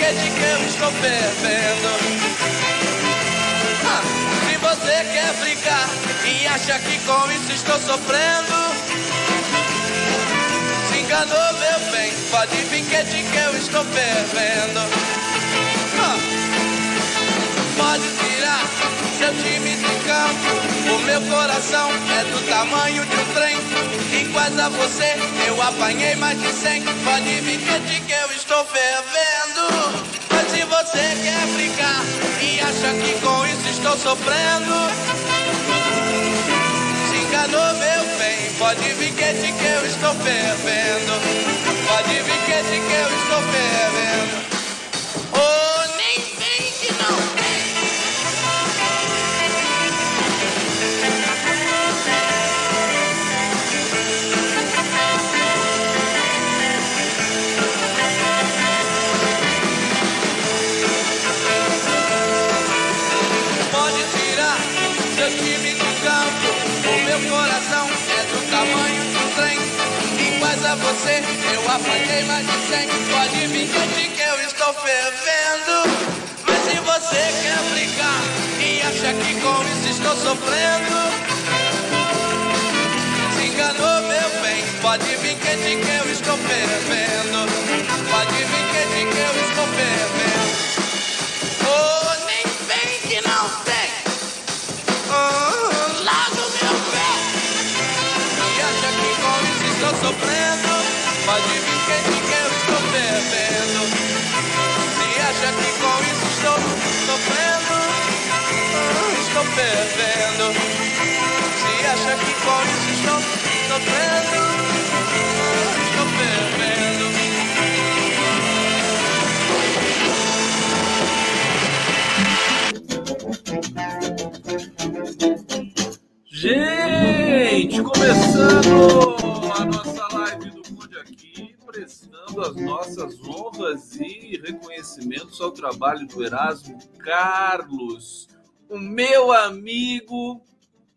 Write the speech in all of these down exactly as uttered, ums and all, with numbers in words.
piquete que eu estou fervendo. Ah, se você quer brincar e acha que com isso estou sofrendo, se enganou, meu bem, pode piquete que eu estou fervendo. Ah, pode tirar seu time de campo, o meu coração é do tamanho de um trem. Iguais a você, eu apanhei mais de cem. Pode piquete que eu estou fervendo. Mas se você quer brincar e acha que com isso estou sofrendo, se enganou, meu bem, pode piquete que eu estou fervendo. Pode piquete que eu estou fervendo. Oh, nem vem que não vem. Coração é do tamanho de um trem. Iguais a você, eu apanhei mais de cem. Pode vir que eu estou fervendo. Mas se você quer brincar e acha que com isso estou sofrendo, se enganou, meu bem. Pode vir que eu estou fervendo. Pode vir que eu estou fervendo. Oh, nem vem que não tem. Oh, larga o meu pé. Estou sofrendo, pode vir quente que eu estou fervendo. Se acha que com isso estou sofrendo, estou fervendo. Se acha que com isso estou sofrendo, estou fervendo. Gente, começando a nossa live do Conde aqui, prestando as nossas honras e reconhecimentos ao trabalho do Erasmo Carlos, o meu amigo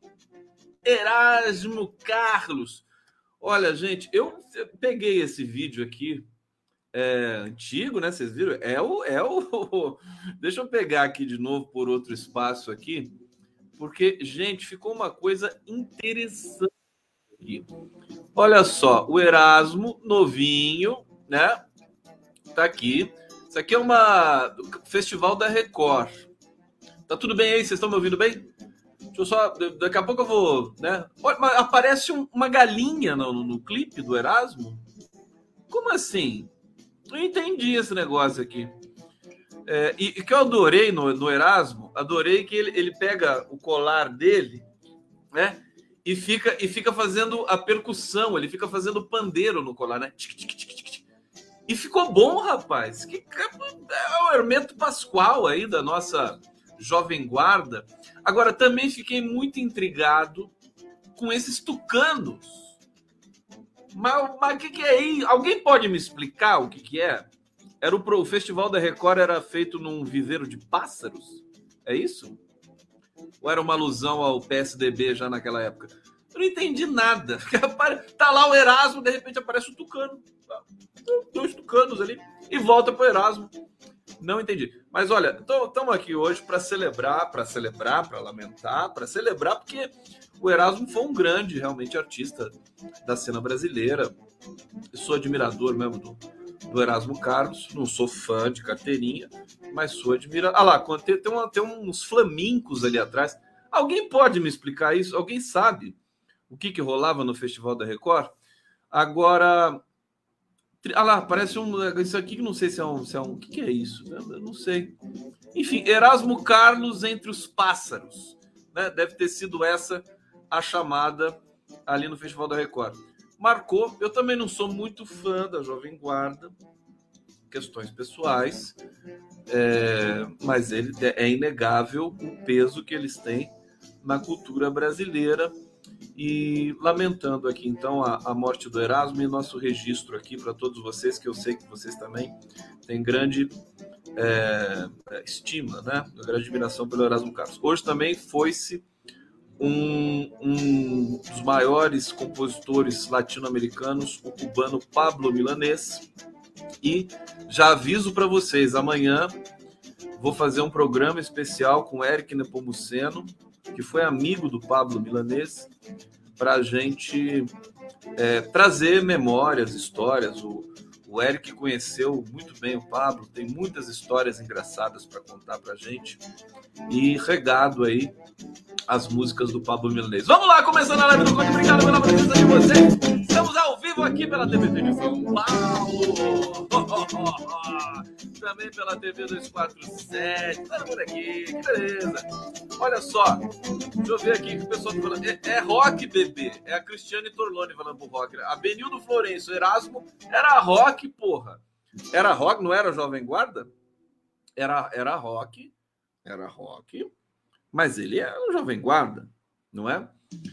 Erasmo Carlos. Olha, gente, eu peguei esse vídeo aqui, é, antigo, né? Vocês viram? É o, é o... Deixa eu pegar aqui de novo por outro espaço aqui, porque, gente, ficou uma coisa interessante aqui. Olha só, o Erasmo, novinho, né? Tá aqui. Isso aqui é uma festival da Record. Tá tudo bem aí? Vocês estão me ouvindo bem? Deixa eu só... Daqui a pouco eu vou... né? Olha, aparece um, uma galinha no, no, no clipe do Erasmo? Como assim? Eu entendi esse negócio aqui. É, e o que eu adorei no, no Erasmo, adorei que ele, ele pega o colar dele, né? E fica, e fica fazendo a percussão, ele fica fazendo pandeiro no colar, né? Tic, tic, tic, tic. E ficou bom, rapaz. Que, é o Hermeto Pascoal aí da nossa Jovem Guarda. Agora, também fiquei muito intrigado com esses tucanos. Mas o que, que é isso? Alguém pode me explicar o que, que é? Era o, o Festival da Record era feito num viveiro de pássaros? É isso? Ou era uma alusão ao P S D B já naquela época? Eu não entendi nada. Tá lá o Erasmo, de repente aparece o tucano. Dois tucanos ali. E volta pro Erasmo. Não entendi. Mas olha, estamos aqui hoje para celebrar, para celebrar, para lamentar, para celebrar, porque o Erasmo foi um grande, realmente, artista da cena brasileira. Eu sou admirador mesmo do, do Erasmo Carlos. Não sou fã de carteirinha, mas sou admirador. Ah lá, tem, tem, uma, tem uns flamencos ali atrás. Alguém pode me explicar isso? Alguém sabe o que, que rolava no Festival da Record? Agora... Ah lá, parece um... Isso aqui que não sei se é um... Se é um... O que, que é isso? Eu não sei. Enfim, Erasmo Carlos entre os pássaros. Né? Deve ter sido essa a chamada ali no Festival da Record. Marcou. Eu também não sou muito fã da Jovem Guarda. Questões pessoais. É... Mas ele é inegável o peso que eles têm na cultura brasileira. E lamentando aqui, então, a, a morte do Erasmo e nosso registro aqui para todos vocês, que eu sei que vocês também têm grande é, estima, né? Grande admiração pelo Erasmo Carlos. Hoje também foi-se um, um dos maiores compositores latino-americanos, o cubano Pablo Milanés, E já aviso para vocês, amanhã vou fazer um programa especial com Eric Nepomuceno, que foi amigo do Pablo Milanês, para a gente é, trazer memórias, histórias. O, o Eric conheceu muito bem o Pablo, tem muitas histórias engraçadas para contar para a gente, e regado aí as músicas do Pablo Milanês. Vamos lá, começando a live do Conde. Obrigado pela presença de vocês. Estamos ao vivo aqui pela T V de São Paulo. Também pela T V duzentos e quarenta e sete. Tá por aqui, que beleza. Olha só, deixa eu ver aqui o que o pessoal tá falando. É, é rock, bebê. É a Cristiane Torlone falando pro rock. A Benildo Florencio, Erasmo, era rock, porra. Era rock, não era Jovem Guarda? Era, era rock. Era rock. Mas ele é um Jovem Guarda, não é?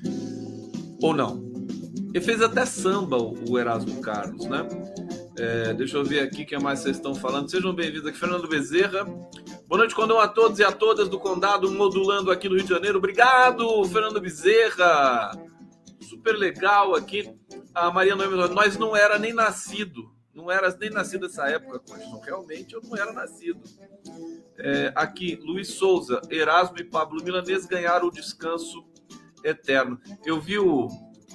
Ou não? Ele fez até samba, o Erasmo Carlos, né? É, deixa eu ver aqui o que mais vocês estão falando. Sejam bem-vindos aqui, Fernando Bezerra. Boa noite, Condão, a todos e a todas do Condado, modulando aqui no Rio de Janeiro. Obrigado, Fernando Bezerra. Super legal aqui. A Maria Noemi, nós não era nem nascido. Não era nem nascido nessa época, Conde. Realmente eu não era nascido. É, aqui, Luiz Souza, Erasmo e Pablo Milanês ganharam o descanso eterno. Eu vi o...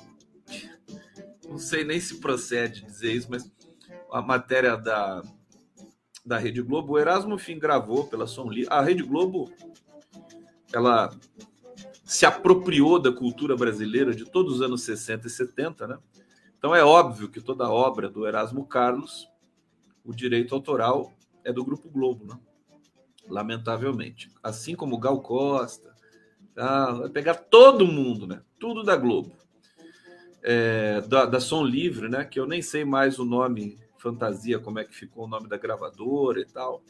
Não sei nem se procede dizer isso, mas a matéria da, da Rede Globo, o Erasmo, enfim, gravou pela Som Livre. A Rede Globo, ela se apropriou da cultura brasileira de todos os anos sessenta e setenta, né? Então é óbvio que toda obra do Erasmo Carlos, o direito autoral é do Grupo Globo, né? Lamentavelmente. Assim como Gal Costa, tá? Vai pegar todo mundo, né? Tudo da Globo. É, da, da Som Livre, né? Que eu nem sei mais o nome, fantasia, como é que ficou o nome da gravadora e tal.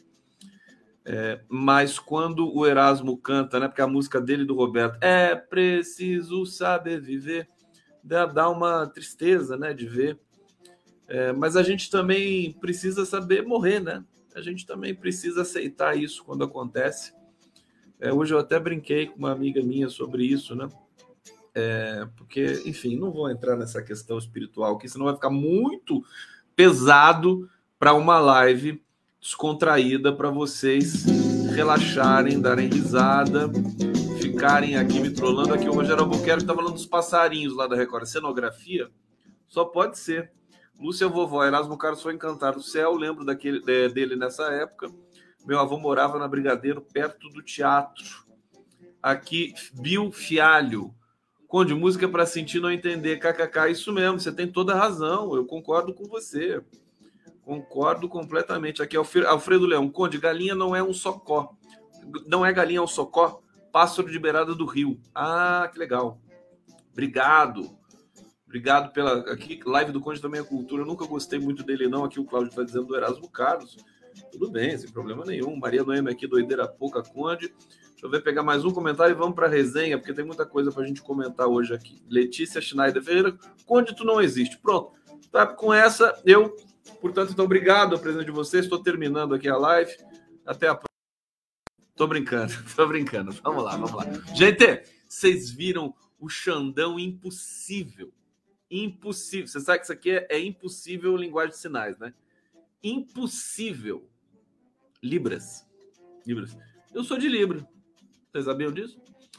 É, mas quando o Erasmo canta, né? Porque a música dele e do Roberto é preciso saber viver, dá, dá uma tristeza, né? De ver. É, mas a gente também precisa saber morrer, né? A gente também precisa aceitar isso quando acontece. É, hoje eu até brinquei com uma amiga minha sobre isso, né? É, porque, enfim, não vou entrar nessa questão espiritual aqui, senão vai ficar muito pesado para uma live descontraída para vocês relaxarem, darem risada, ficarem aqui me trollando. Aqui o Rogério Albuquerque está falando dos passarinhos lá da Record. Cenografia? Só pode ser. Lúcia Vovó, Erasmo Carlos foi encantado do céu, lembro daquele, dele nessa época. Meu avô morava na Brigadeiro, perto do teatro. Aqui, Bill Fialho. Conde, música para sentir não entender, kkk, isso mesmo, você tem toda a razão, eu concordo com você, concordo completamente. Aqui, Alfredo Leão, Conde, galinha não é um socó, não é galinha, é um socó, pássaro de beirada do rio. Ah, que legal, obrigado, obrigado pela, aqui, live do Conde também é cultura, eu nunca gostei muito dele não, aqui o Cláudio está dizendo do Erasmo Carlos, tudo bem, sem problema nenhum. Maria Noemi aqui, doideira pouca, Conde. Deixa eu ver, pegar mais um comentário e vamos para a resenha, porque tem muita coisa para a gente comentar hoje aqui. Letícia Schneider Ferreira, Conde, tu não existe. Pronto, tá, com essa eu, portanto, então obrigado a presença de vocês, estou terminando aqui a live, até a próxima. Tô brincando, tô brincando, vamos lá, vamos lá. Gente, vocês viram o Xandão impossível, impossível, você sabe que isso aqui é, é impossível linguagem de sinais, né? Impossível. Libras. Libras. Eu sou de Libra. Vocês sabiam disso?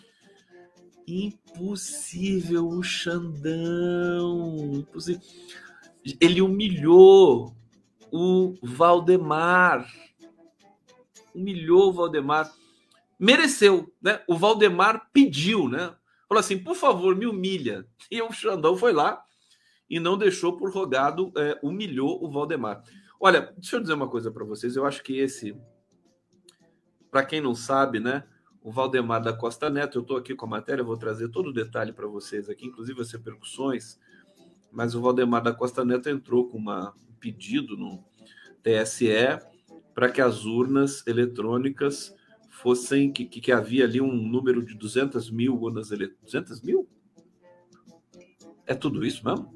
Impossível o Xandão. Impossível. Ele humilhou o Valdemar. Humilhou o Valdemar. Mereceu, né? O Valdemar pediu, né? Falou assim, por favor, me humilha. E o Xandão foi lá e não deixou por rogado, é, humilhou o Valdemar. Olha, deixa eu dizer uma coisa para vocês. Eu acho que esse, para quem não sabe, né? O Valdemar da Costa Neto, eu estou aqui com a matéria, eu vou trazer todo o detalhe para vocês aqui, inclusive as repercussões, mas o Valdemar da Costa Neto entrou com uma, um pedido no T S E para que as urnas eletrônicas fossem, que, que, que havia ali um número de duzentas mil urnas eletrônicas. duzentas mil? É tudo isso mesmo?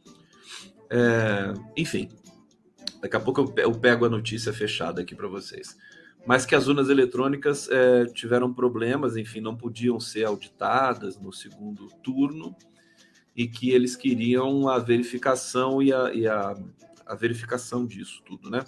É, enfim, daqui a pouco eu, eu pego a notícia fechada aqui para vocês. Mas que as urnas eletrônicas é, tiveram problemas, enfim, não podiam ser auditadas no segundo turno e que eles queriam a verificação e a, e a, a verificação disso tudo, né?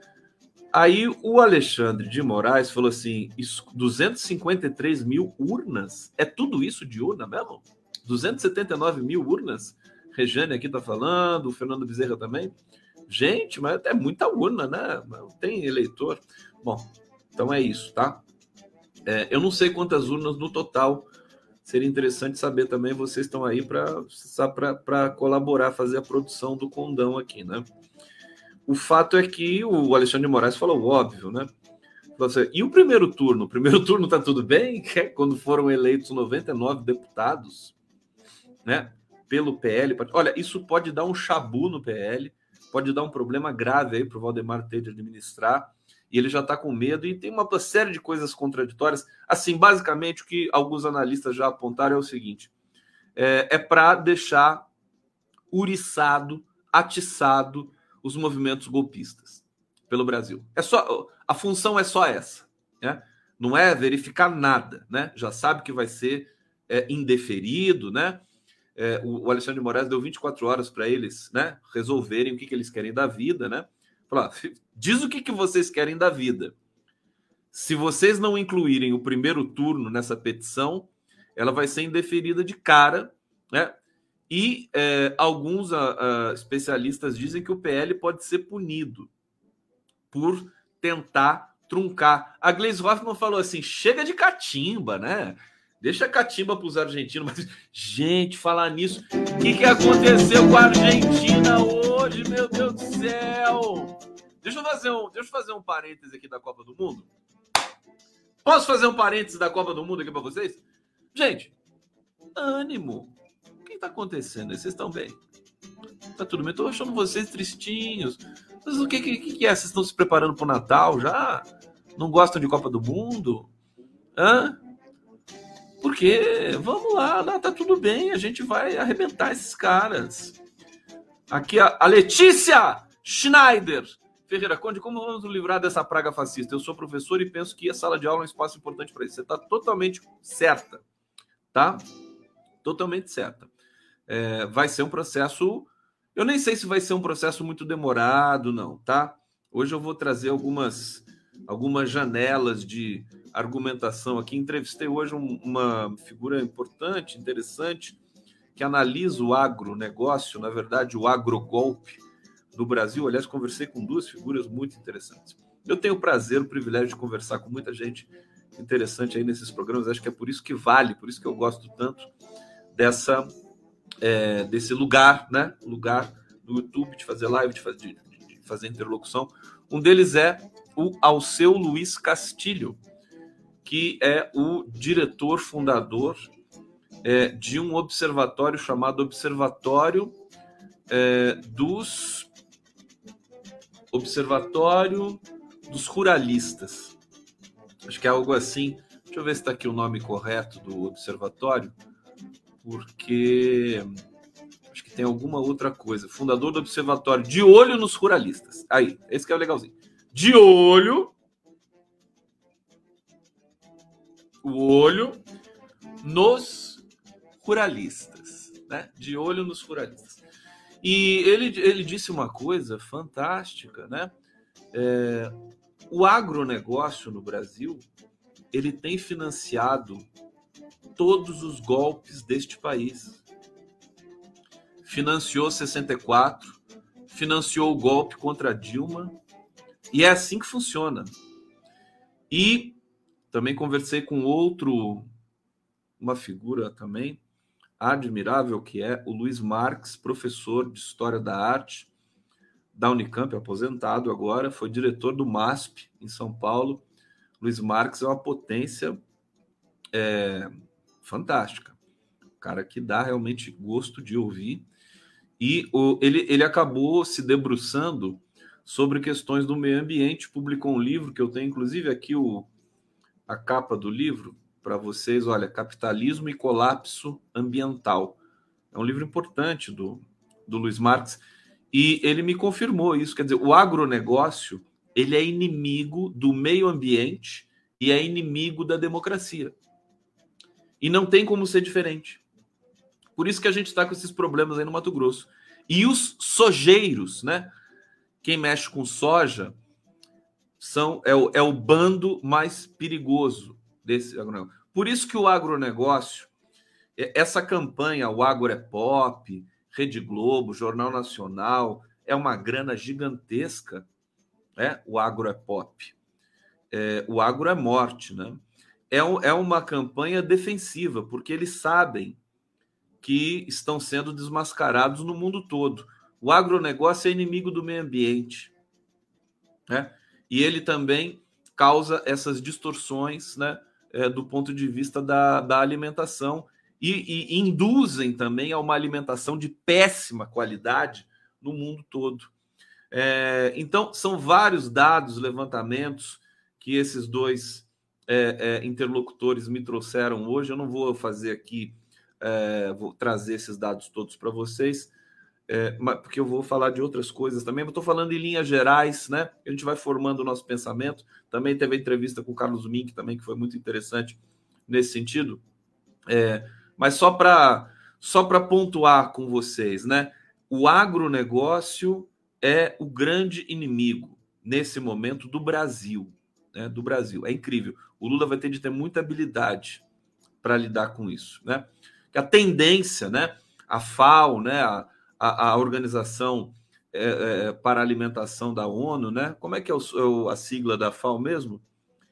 Aí o Alexandre de Moraes falou assim, isso, duzentos e cinquenta e três mil urnas? É tudo isso de urna mesmo? duzentos e setenta e nove mil urnas? Rejane aqui tá falando, o Fernando Bezerra também. Gente, mas é muita urna, né? Não tem eleitor. Bom, então é isso, tá? É, eu não sei quantas urnas no total. Seria interessante saber também. Vocês estão aí para colaborar, fazer a produção do condão aqui, né? O fato é que o Alexandre de Moraes falou óbvio, né? E o primeiro turno? O primeiro turno tá tudo bem? Quando foram eleitos noventa e nove deputados, né? Pelo P L. Olha, isso pode dar um chabu no P L, pode dar um problema grave aí para o Valdemar ter de administrar, e ele já está com medo, e tem uma série de coisas contraditórias. Assim, basicamente, o que alguns analistas já apontaram é o seguinte, é, é para deixar uriçado, atiçado os movimentos golpistas pelo Brasil. É só, a função é só essa, né? Não é verificar nada, né? Já sabe que vai ser é, indeferido, né? É, o, o Alexandre de Moraes deu vinte e quatro horas para eles, né, resolverem o que, que eles querem da vida, né? Falar, diz o que, que vocês querem da vida. Se vocês não incluírem o primeiro turno nessa petição, ela vai ser indeferida de cara, né? E é, alguns a, a, especialistas dizem que o P L pode ser punido por tentar truncar. A Gleisi Hoffmann falou assim, chega de catimba, né? Deixa a catimba para os argentinos. Mas, gente, falar nisso, o que, que aconteceu com a Argentina hoje, meu Deus do céu? Deixa eu fazer um, deixa eu fazer um parêntese aqui da Copa do Mundo. Posso fazer um parêntese da Copa do Mundo aqui para vocês? Gente, ânimo. O que está acontecendo? Vocês estão bem? Tá tudo bem? Estou achando vocês tristinhos. Mas o que, que, que é? Vocês estão se preparando para o Natal já? Não gostam de Copa do Mundo? Hã? Porque, vamos lá, não, tá tudo bem, a gente vai arrebentar esses caras. Aqui a, a Letícia Schneider. Ferreira Conde, como vamos nos livrar dessa praga fascista? Eu sou professor e penso que a sala de aula é um espaço importante para isso. Você está totalmente certa, tá? Totalmente certa. É, vai ser um processo... Eu nem sei se vai ser um processo muito demorado, não, tá? Hoje eu vou trazer algumas, algumas janelas de argumentação aqui. Entrevistei hoje um, uma figura importante, interessante, que analisa o agronegócio, na verdade, o agrogolpe do Brasil. Aliás, conversei com duas figuras muito interessantes. Eu tenho o prazer, o privilégio de conversar com muita gente interessante aí nesses programas. Acho que é por isso que vale, por isso que eu gosto tanto dessa, é, desse lugar, né? Lugar do YouTube, de fazer live, de fazer, de, de fazer interlocução. Um deles é o Alceu Luiz Castilho, que é o diretor fundador é, de um observatório chamado Observatório é, dos Observatório dos Ruralistas. Acho que é algo assim. Deixa eu ver se está aqui o nome correto do observatório, porque acho que tem alguma outra coisa. Fundador do Observatório de Olho nos Ruralistas. Aí, esse que é o legalzinho. De olho... O olho nos ruralistas, né? De olho nos ruralistas. E ele, ele disse uma coisa fantástica, né? É, o agronegócio no Brasil, ele tem financiado todos os golpes deste país. Financiou sessenta e quatro, financiou o golpe contra Dilma, e é assim que funciona. E também conversei com outro, uma figura também admirável, que é o Luiz Marques, professor de História da Arte da Unicamp, aposentado agora, foi diretor do MASP em São Paulo. Luiz Marques é uma potência é, fantástica, cara que dá realmente gosto de ouvir. E o, ele, ele acabou se debruçando sobre questões do meio ambiente, publicou um livro que eu tenho, inclusive, aqui o a capa do livro para vocês, olha, Capitalismo e Colapso Ambiental. É um livro importante do, do Luiz Marques, e ele me confirmou isso, quer dizer, o agronegócio, ele é inimigo do meio ambiente e é inimigo da democracia. E não tem como ser diferente. Por isso que a gente está com esses problemas aí no Mato Grosso. E os sojeiros, né? quem mexe com soja são, é, o, é o bando mais perigoso desse agronegócio. Por isso que o agronegócio, essa campanha, o Agro é Pop, Rede Globo, Jornal Nacional, é uma grana gigantesca, né? O Agro é Pop. É, o agro é morte, né? É, um, é uma campanha defensiva, porque eles sabem que estão sendo desmascarados no mundo todo. O agronegócio é inimigo do meio ambiente, né? E ele também causa essas distorções, né, é, do ponto de vista da, da alimentação e, e induzem também a uma alimentação de péssima qualidade no mundo todo. É, então, são vários dados, levantamentos que esses dois é, é, interlocutores me trouxeram hoje. Eu não vou fazer aqui, é, vou trazer esses dados todos para vocês, é, porque eu vou falar de outras coisas também. Eu estou falando em linhas gerais, né? A gente vai formando o nosso pensamento. Também teve a entrevista com o Carlos Mink, também, que foi muito interessante nesse sentido. É, mas só para só para pontuar com vocês, né? O agronegócio é o grande inimigo, nesse momento, do Brasil. Né? Do Brasil. É incrível. O Lula vai ter de ter muita habilidade para lidar com isso. Né? A tendência, né? A FAO, né? a, a, a Organização é, é, para a Alimentação da ONU, né? Como é que é o, a sigla da FAO mesmo?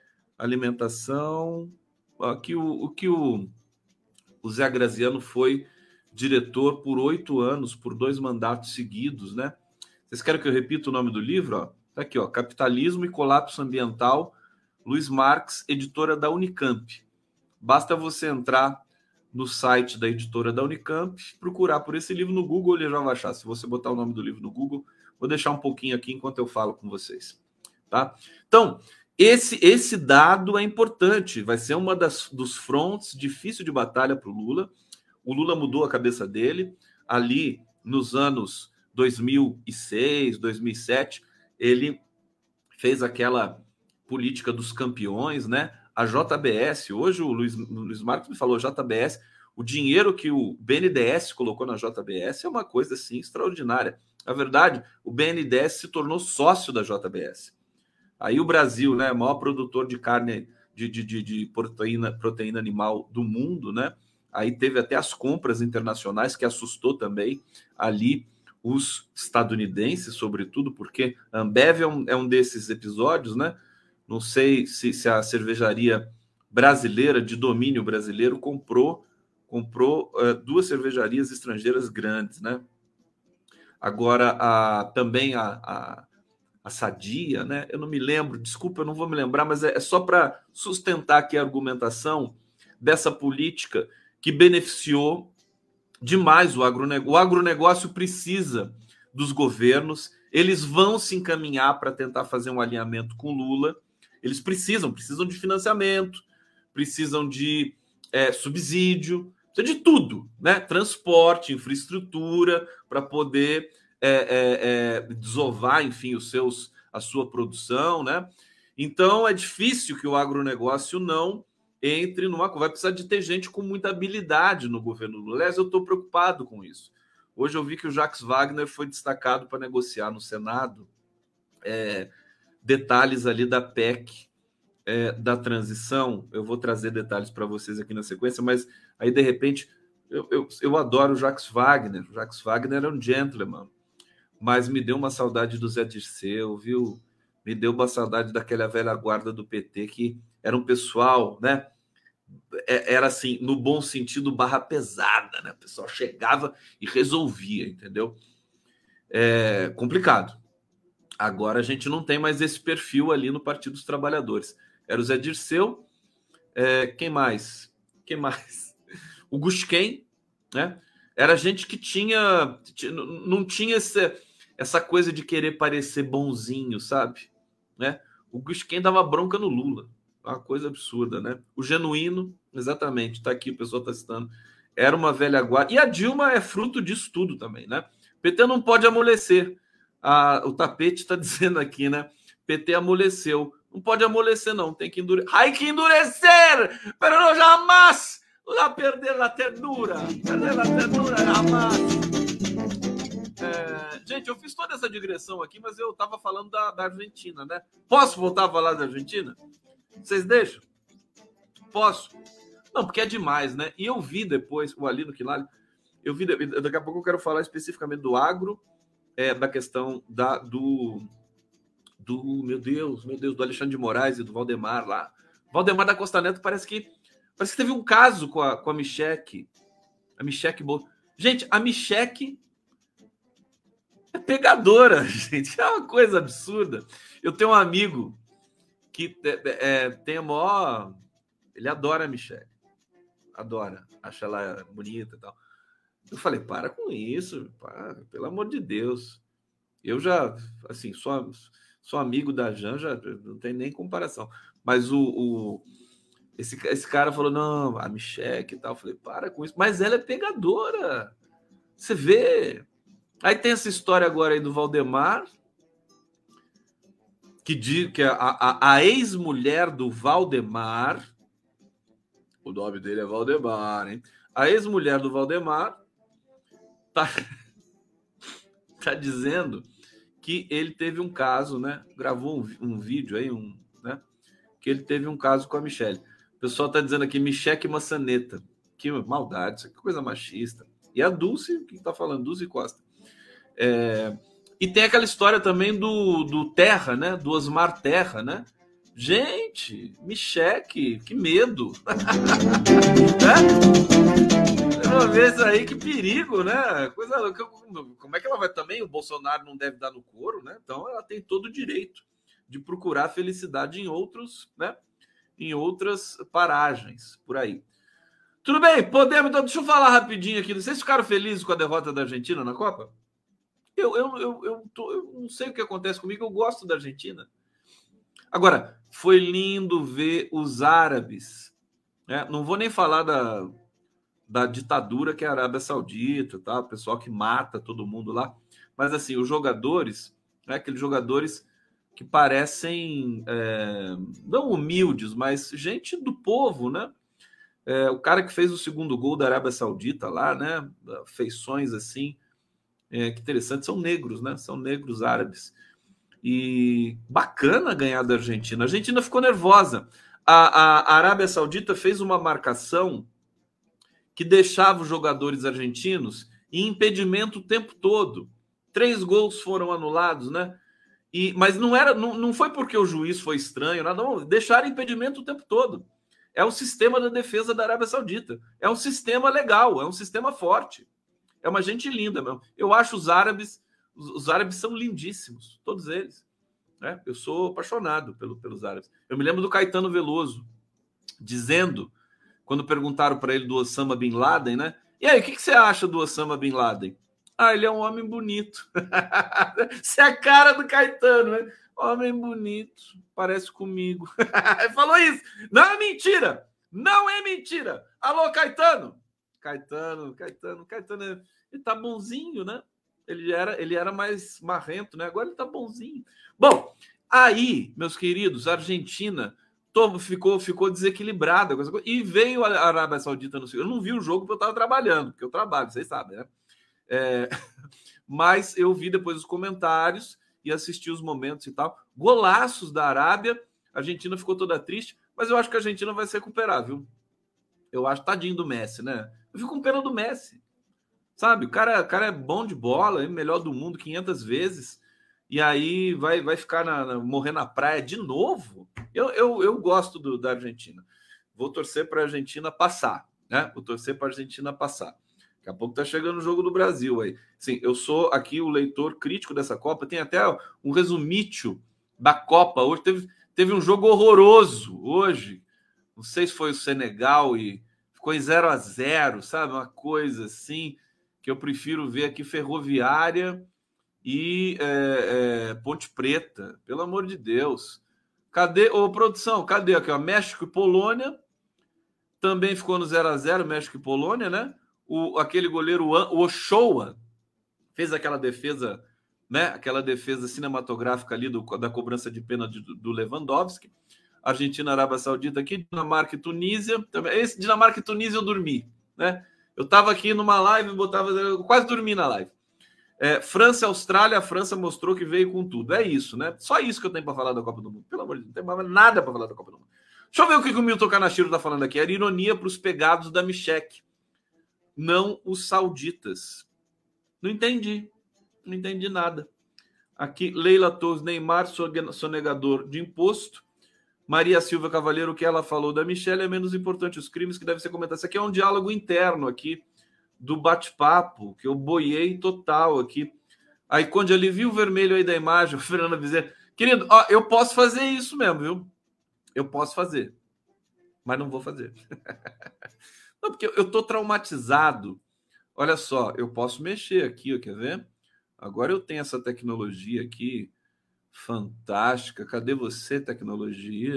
Alimentação... Aqui o, o que o, o Zé Graziano foi diretor por oito anos, por dois mandatos seguidos, né? Vocês querem que eu repita o nome do livro? Ó? Tá aqui, ó, Capitalismo e Colapso Ambiental, Luiz Marx, editora da Unicamp. Basta você entrar no site da editora da Unicamp, procurar por esse livro no Google, ele já vai achar. Se você botar o nome do livro no Google, vou deixar um pouquinho aqui enquanto eu falo com vocês. Tá? Então, esse, esse dado é importante, vai ser uma das, dos fronts difícil de batalha para o Lula. O Lula mudou a cabeça dele ali nos anos dois mil e seis, dois mil e sete, ele fez aquela política dos campeões, né? A J B S, hoje o Luiz, o Luiz Marcos me falou, J B S, o dinheiro que o B N D E S colocou na J B S é uma coisa assim extraordinária. Na verdade, o B N D E S se tornou sócio da J B S. Aí o Brasil, né, maior produtor de carne, de, de, de, de proteína, proteína animal do mundo, né? Aí teve até as compras internacionais, que assustou também ali os estadunidenses, sobretudo, porque a Ambev é um, é um desses episódios, né? Não sei se, se a cervejaria brasileira, de domínio brasileiro, comprou, comprou uh, duas cervejarias estrangeiras grandes, né? Agora, a, também a, a, a Sadia, né? Eu não me lembro, desculpa, eu não vou me lembrar, mas é, é só para sustentar aqui a argumentação dessa política que beneficiou demais o agronegócio. O agronegócio precisa dos governos, eles vão se encaminhar para tentar fazer um alinhamento com Lula, eles precisam, precisam de financiamento, precisam de é, subsídio, precisa de tudo, né? Transporte, infraestrutura, para poder é, é, é, desovar, enfim, os seus, a sua produção, né? Então, é difícil que o agronegócio não entre numa... Vai precisar de ter gente com muita habilidade no governo Lula. Aliás, eu estou preocupado com isso. Hoje eu vi que o Jacques Wagner foi destacado para negociar no Senado é, detalhes ali da P E C é, da transição. Eu vou trazer detalhes para vocês aqui na sequência, mas aí, de repente, eu, eu, eu adoro o Jacques Wagner. O Jacques Wagner é um gentleman, mas me deu uma saudade do Zé Dirceu, viu? Me deu uma saudade daquela velha guarda do P T, que era um pessoal, né? Era assim, no bom sentido, barra pesada, né? O pessoal chegava e resolvia, entendeu? É complicado. Agora a gente não tem mais esse perfil ali no Partido dos Trabalhadores. Era o Zé Dirceu, é, quem mais? Quem mais? O Gusquem, né? Era gente que tinha, não tinha essa, essa coisa de querer parecer bonzinho, sabe? Né? O Gusquem dava bronca no Lula. Uma coisa absurda, né? O Genuíno, exatamente, tá aqui, o pessoal tá citando. Era uma velha guarda. E a Dilma é fruto disso tudo também, né? P T não pode amolecer. Ah, o tapete está dizendo aqui, né? P T amoleceu. Não pode amolecer, não. Tem que endurecer. Hay que endurecer, pero não jamais a perder a ternura. Perder a ternura jamais. É, gente, eu fiz toda essa digressão aqui, mas eu estava falando da, da Argentina, né? Posso voltar a falar da Argentina? Vocês deixam? Posso? Não, porque é demais, né? E eu vi depois, o Alino Quilali, eu vi, daqui a pouco eu quero falar especificamente do agro, é, da questão da, do, do, meu Deus, meu Deus, do Alexandre de Moraes e do Valdemar lá. Valdemar da Costa Neto parece que, parece que teve um caso com a, com a Micheque. A Micheque Boa. Gente, a Micheque é pegadora, gente. É uma coisa absurda. Eu tenho um amigo que é, é, tem a maior... Ele adora a Micheque. Adora. Acha ela bonita e tal. Eu falei, para com isso, para, pelo amor de Deus. Eu já, assim, sou, sou amigo da Janja, não tem nem comparação. Mas o, o esse, esse cara falou, não, a Micheque e tal. Eu falei, para com isso. Mas ela é pegadora. Você vê. Aí tem essa história agora aí do Valdemar, que, diz, que a, a, a ex-mulher do Valdemar, o nome dele é Valdemar, hein? A ex-mulher do Valdemar tá, tá dizendo que ele teve um caso, né? Gravou um, um vídeo aí, um, né? Que ele teve um caso com a Michelle. O pessoal tá dizendo aqui, Micheque Maçaneta. Que maldade, isso que coisa machista. E a Dulce, que tá falando, Dulce Costa. É, e tem aquela história também do, do Terra, né? Do Osmar Terra, né? Gente, Micheque, que medo. né? Uma vez aí, que perigo, né? Coisa, como é que ela vai também? O Bolsonaro não deve dar no couro, né? Então ela tem todo o direito de procurar felicidade em outros, né? Em outras paragens por aí. Tudo bem, podemos, então deixa eu falar rapidinho aqui. Vocês ficaram felizes com a derrota da Argentina na Copa? Eu, eu, eu, eu, tô, eu não sei o que acontece comigo, eu gosto da Argentina. Agora, foi lindo ver os árabes. Né? Não vou nem falar da, da ditadura que é a Arábia Saudita, tá? O pessoal que mata todo mundo lá. Mas, assim, os jogadores, né? Aqueles jogadores que parecem, é, não humildes, mas gente do povo, né? É, o cara que fez o segundo gol da Arábia Saudita lá, né? Feições assim, é, que interessante, são negros, né? São negros árabes. E bacana ganhar da Argentina. A Argentina ficou nervosa. A, a Arábia Saudita fez uma marcação que deixava os jogadores argentinos em impedimento o tempo todo. Três gols foram anulados, né? E, mas não, era, não, não foi porque o juiz foi estranho, nada, não. Deixaram impedimento o tempo todo. É o sistema da defesa da Arábia Saudita. É um sistema legal, é um sistema forte. É uma gente linda mesmo. Eu acho os árabes, os, os árabes são lindíssimos, todos eles. Né? Eu sou apaixonado pelo, pelos árabes. Eu me lembro do Caetano Veloso dizendo, quando perguntaram para ele do Osama Bin Laden, né? E aí, o que, que você acha do Osama Bin Laden? Ah, ele é um homem bonito. Isso é a cara do Caetano, né? Homem bonito, parece comigo. Ele falou isso. Não é mentira. Não é mentira. Alô, Caetano. Caetano, Caetano, Caetano, ele tá bonzinho, né? Ele era, ele era mais marrento, né? Agora ele tá bonzinho. Bom, aí, meus queridos, a Argentina todo, ficou, ficou desequilibrada. E veio a Arábia Saudita no segundo. Eu não vi o jogo porque eu tava trabalhando, porque eu trabalho, vocês sabem, né? É, mas eu vi depois os comentários e assisti os momentos e tal. Golaços da Arábia. A Argentina ficou toda triste, mas eu acho que a Argentina vai se recuperar, viu? Eu acho, tadinho do Messi, né? Eu fico com pena do Messi. Sabe? O cara, o cara é bom de bola, é melhor do mundo quinhentas vezes, e aí vai, vai ficar na, na, morrer na praia de novo. Eu, eu, eu gosto do, da Argentina. Vou torcer para a Argentina passar, né? Vou torcer para a Argentina passar. Daqui a pouco tá chegando o jogo do Brasil aí. Sim, eu sou aqui o leitor crítico dessa Copa. Tem até um resumítio da Copa. Hoje teve, teve um jogo horroroso. Hoje, não sei se foi o Senegal e ficou em zero a zero, sabe? Uma coisa assim que eu prefiro ver aqui, Ferroviária e é, é, Ponte Preta. Pelo amor de Deus. Cadê? Ô, produção, cadê aqui? Ó? México e Polônia. Também ficou no zero a zero, México e Polônia, né? O, aquele goleiro, o Ochoa, fez aquela defesa, né? Aquela defesa cinematográfica ali do, da cobrança de pênalti do, do Lewandowski. Argentina, Arábia Saudita aqui, Dinamarca e Tunísia. Também. Esse Dinamarca e Tunísia eu dormi, né? Eu estava aqui numa live, botava, eu quase dormi na live. É, França e Austrália, a França mostrou que veio com tudo. É isso, né? Só isso que eu tenho para falar da Copa do Mundo. Pelo amor de Deus, não tem mais nada para falar da Copa do Mundo. Deixa eu ver o que o Milton Kanashiro está falando aqui. Era ironia para os pegados da Michek, não os sauditas. Não entendi. Não entendi nada. Aqui, Leila Torres, Neymar, sonegador de imposto. Maria Silva Cavaleiro, o que ela falou da Michelle é menos importante. Os crimes que devem ser comentados. Isso aqui é um diálogo interno aqui do bate-papo, que eu boiei total aqui. Aí, quando ele viu o vermelho aí da imagem, o Fernando Bezerra. Querido, ó, eu posso fazer isso mesmo, viu? Eu posso fazer. Mas não vou fazer. Não, porque eu tô traumatizado. Olha só, eu posso mexer aqui, ó, quer ver? Agora eu tenho essa tecnologia aqui fantástica. Cadê você, tecnologia?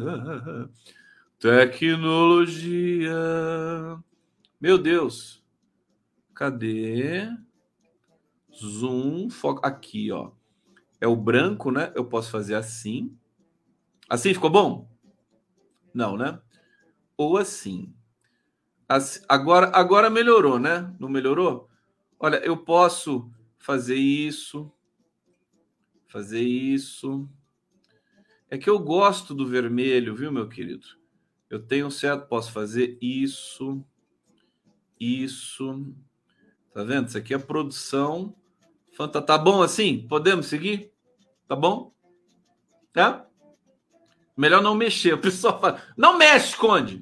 Tecnologia. Meu Deus. Cadê? Zoom, foco. Aqui, ó. É o branco, né? Eu posso fazer assim. Assim ficou bom? Não, né? Ou assim. assim. Agora, agora melhorou, né? Não melhorou? Olha, eu posso fazer isso. Fazer isso. É que eu gosto do vermelho, viu, meu querido? Eu tenho certo, posso fazer isso. Isso. Tá vendo? Isso aqui é produção. Tá bom assim? Podemos seguir? Tá bom? Tá? Melhor não mexer. O pessoal fala, não mexe, Conde.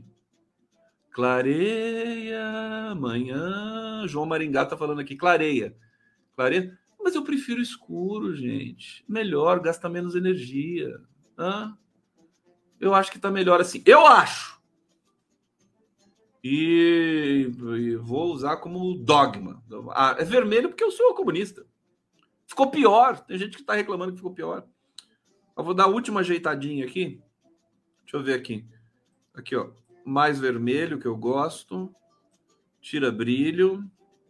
Clareia amanhã. João Maringá tá falando aqui. Clareia. Clareia. Mas eu prefiro escuro, gente. Melhor, gasta menos energia. Hã? Eu acho que tá melhor assim. Eu acho. E, e vou usar como dogma. Ah, é vermelho porque eu sou comunista. Ficou pior. Tem gente que tá reclamando que ficou pior. Eu vou dar a última ajeitadinha aqui. Deixa eu ver aqui. Aqui, ó. Mais vermelho, que eu gosto. Tira brilho.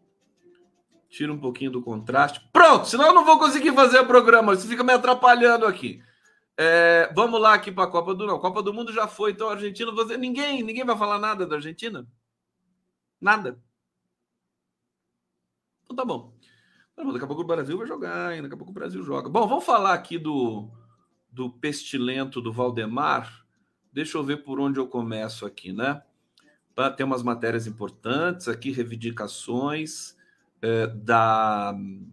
Tira um pouquinho do contraste. Pronto, senão eu não vou conseguir fazer o programa. Você fica me atrapalhando aqui. É, vamos lá aqui para a Copa do... Não, Copa do Mundo já foi. Então, a Argentina... Você... Ninguém, ninguém vai falar nada da Argentina? Nada. Então tá bom. Daqui a pouco o Brasil vai jogar, hein? Daqui a pouco o Brasil joga. Bom, vamos falar aqui do, do pestilento do Valdemar. Deixa eu ver por onde eu começo aqui, né? Tem umas matérias importantes aqui, reivindicações é, da,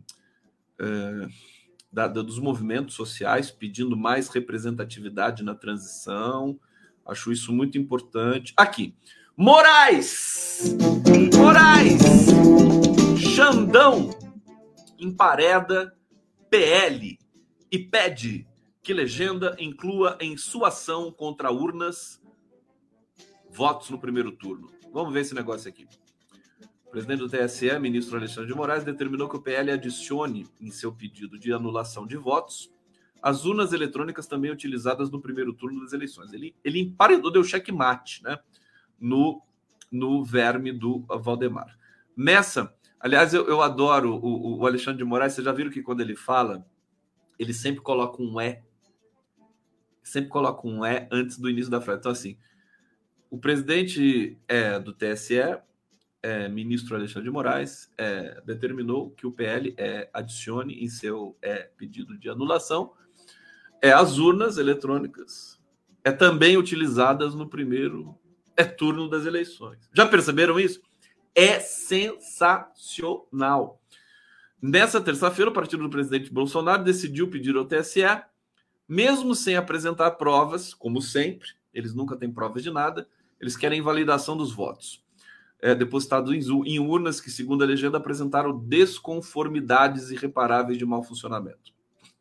é, da, dos movimentos sociais pedindo mais representatividade na transição. Acho isso muito importante. Aqui, Moraes! Moraes! Xandão empareda P L e pede que legenda inclua em sua ação contra urnas votos no primeiro turno. Vamos ver esse negócio aqui. O presidente do T S E, ministro Alexandre de Moraes, determinou que o P L adicione em seu pedido de anulação de votos as urnas eletrônicas também utilizadas no primeiro turno das eleições. Ele, ele emparedou, deu checkmate, né, no, no verme do Valdemar. Nessa, aliás, eu, eu adoro o, o Alexandre de Moraes. Vocês já viram que quando ele fala, ele sempre coloca um E. Sempre coloca um E antes do início da frase. Então, assim, o presidente é, do T S E, é, ministro Alexandre de Moraes, é, determinou que o P L é, adicione em seu é, pedido de anulação é, as urnas eletrônicas é, também utilizadas no primeiro é, turno das eleições. Já perceberam isso? É sensacional. Nessa terça-feira, o partido do presidente Bolsonaro decidiu pedir ao T S E, mesmo sem apresentar provas, como sempre, eles nunca têm provas de nada, eles querem validação dos votos, é, depositados em urnas que, segundo a legenda, apresentaram desconformidades irreparáveis de mau funcionamento.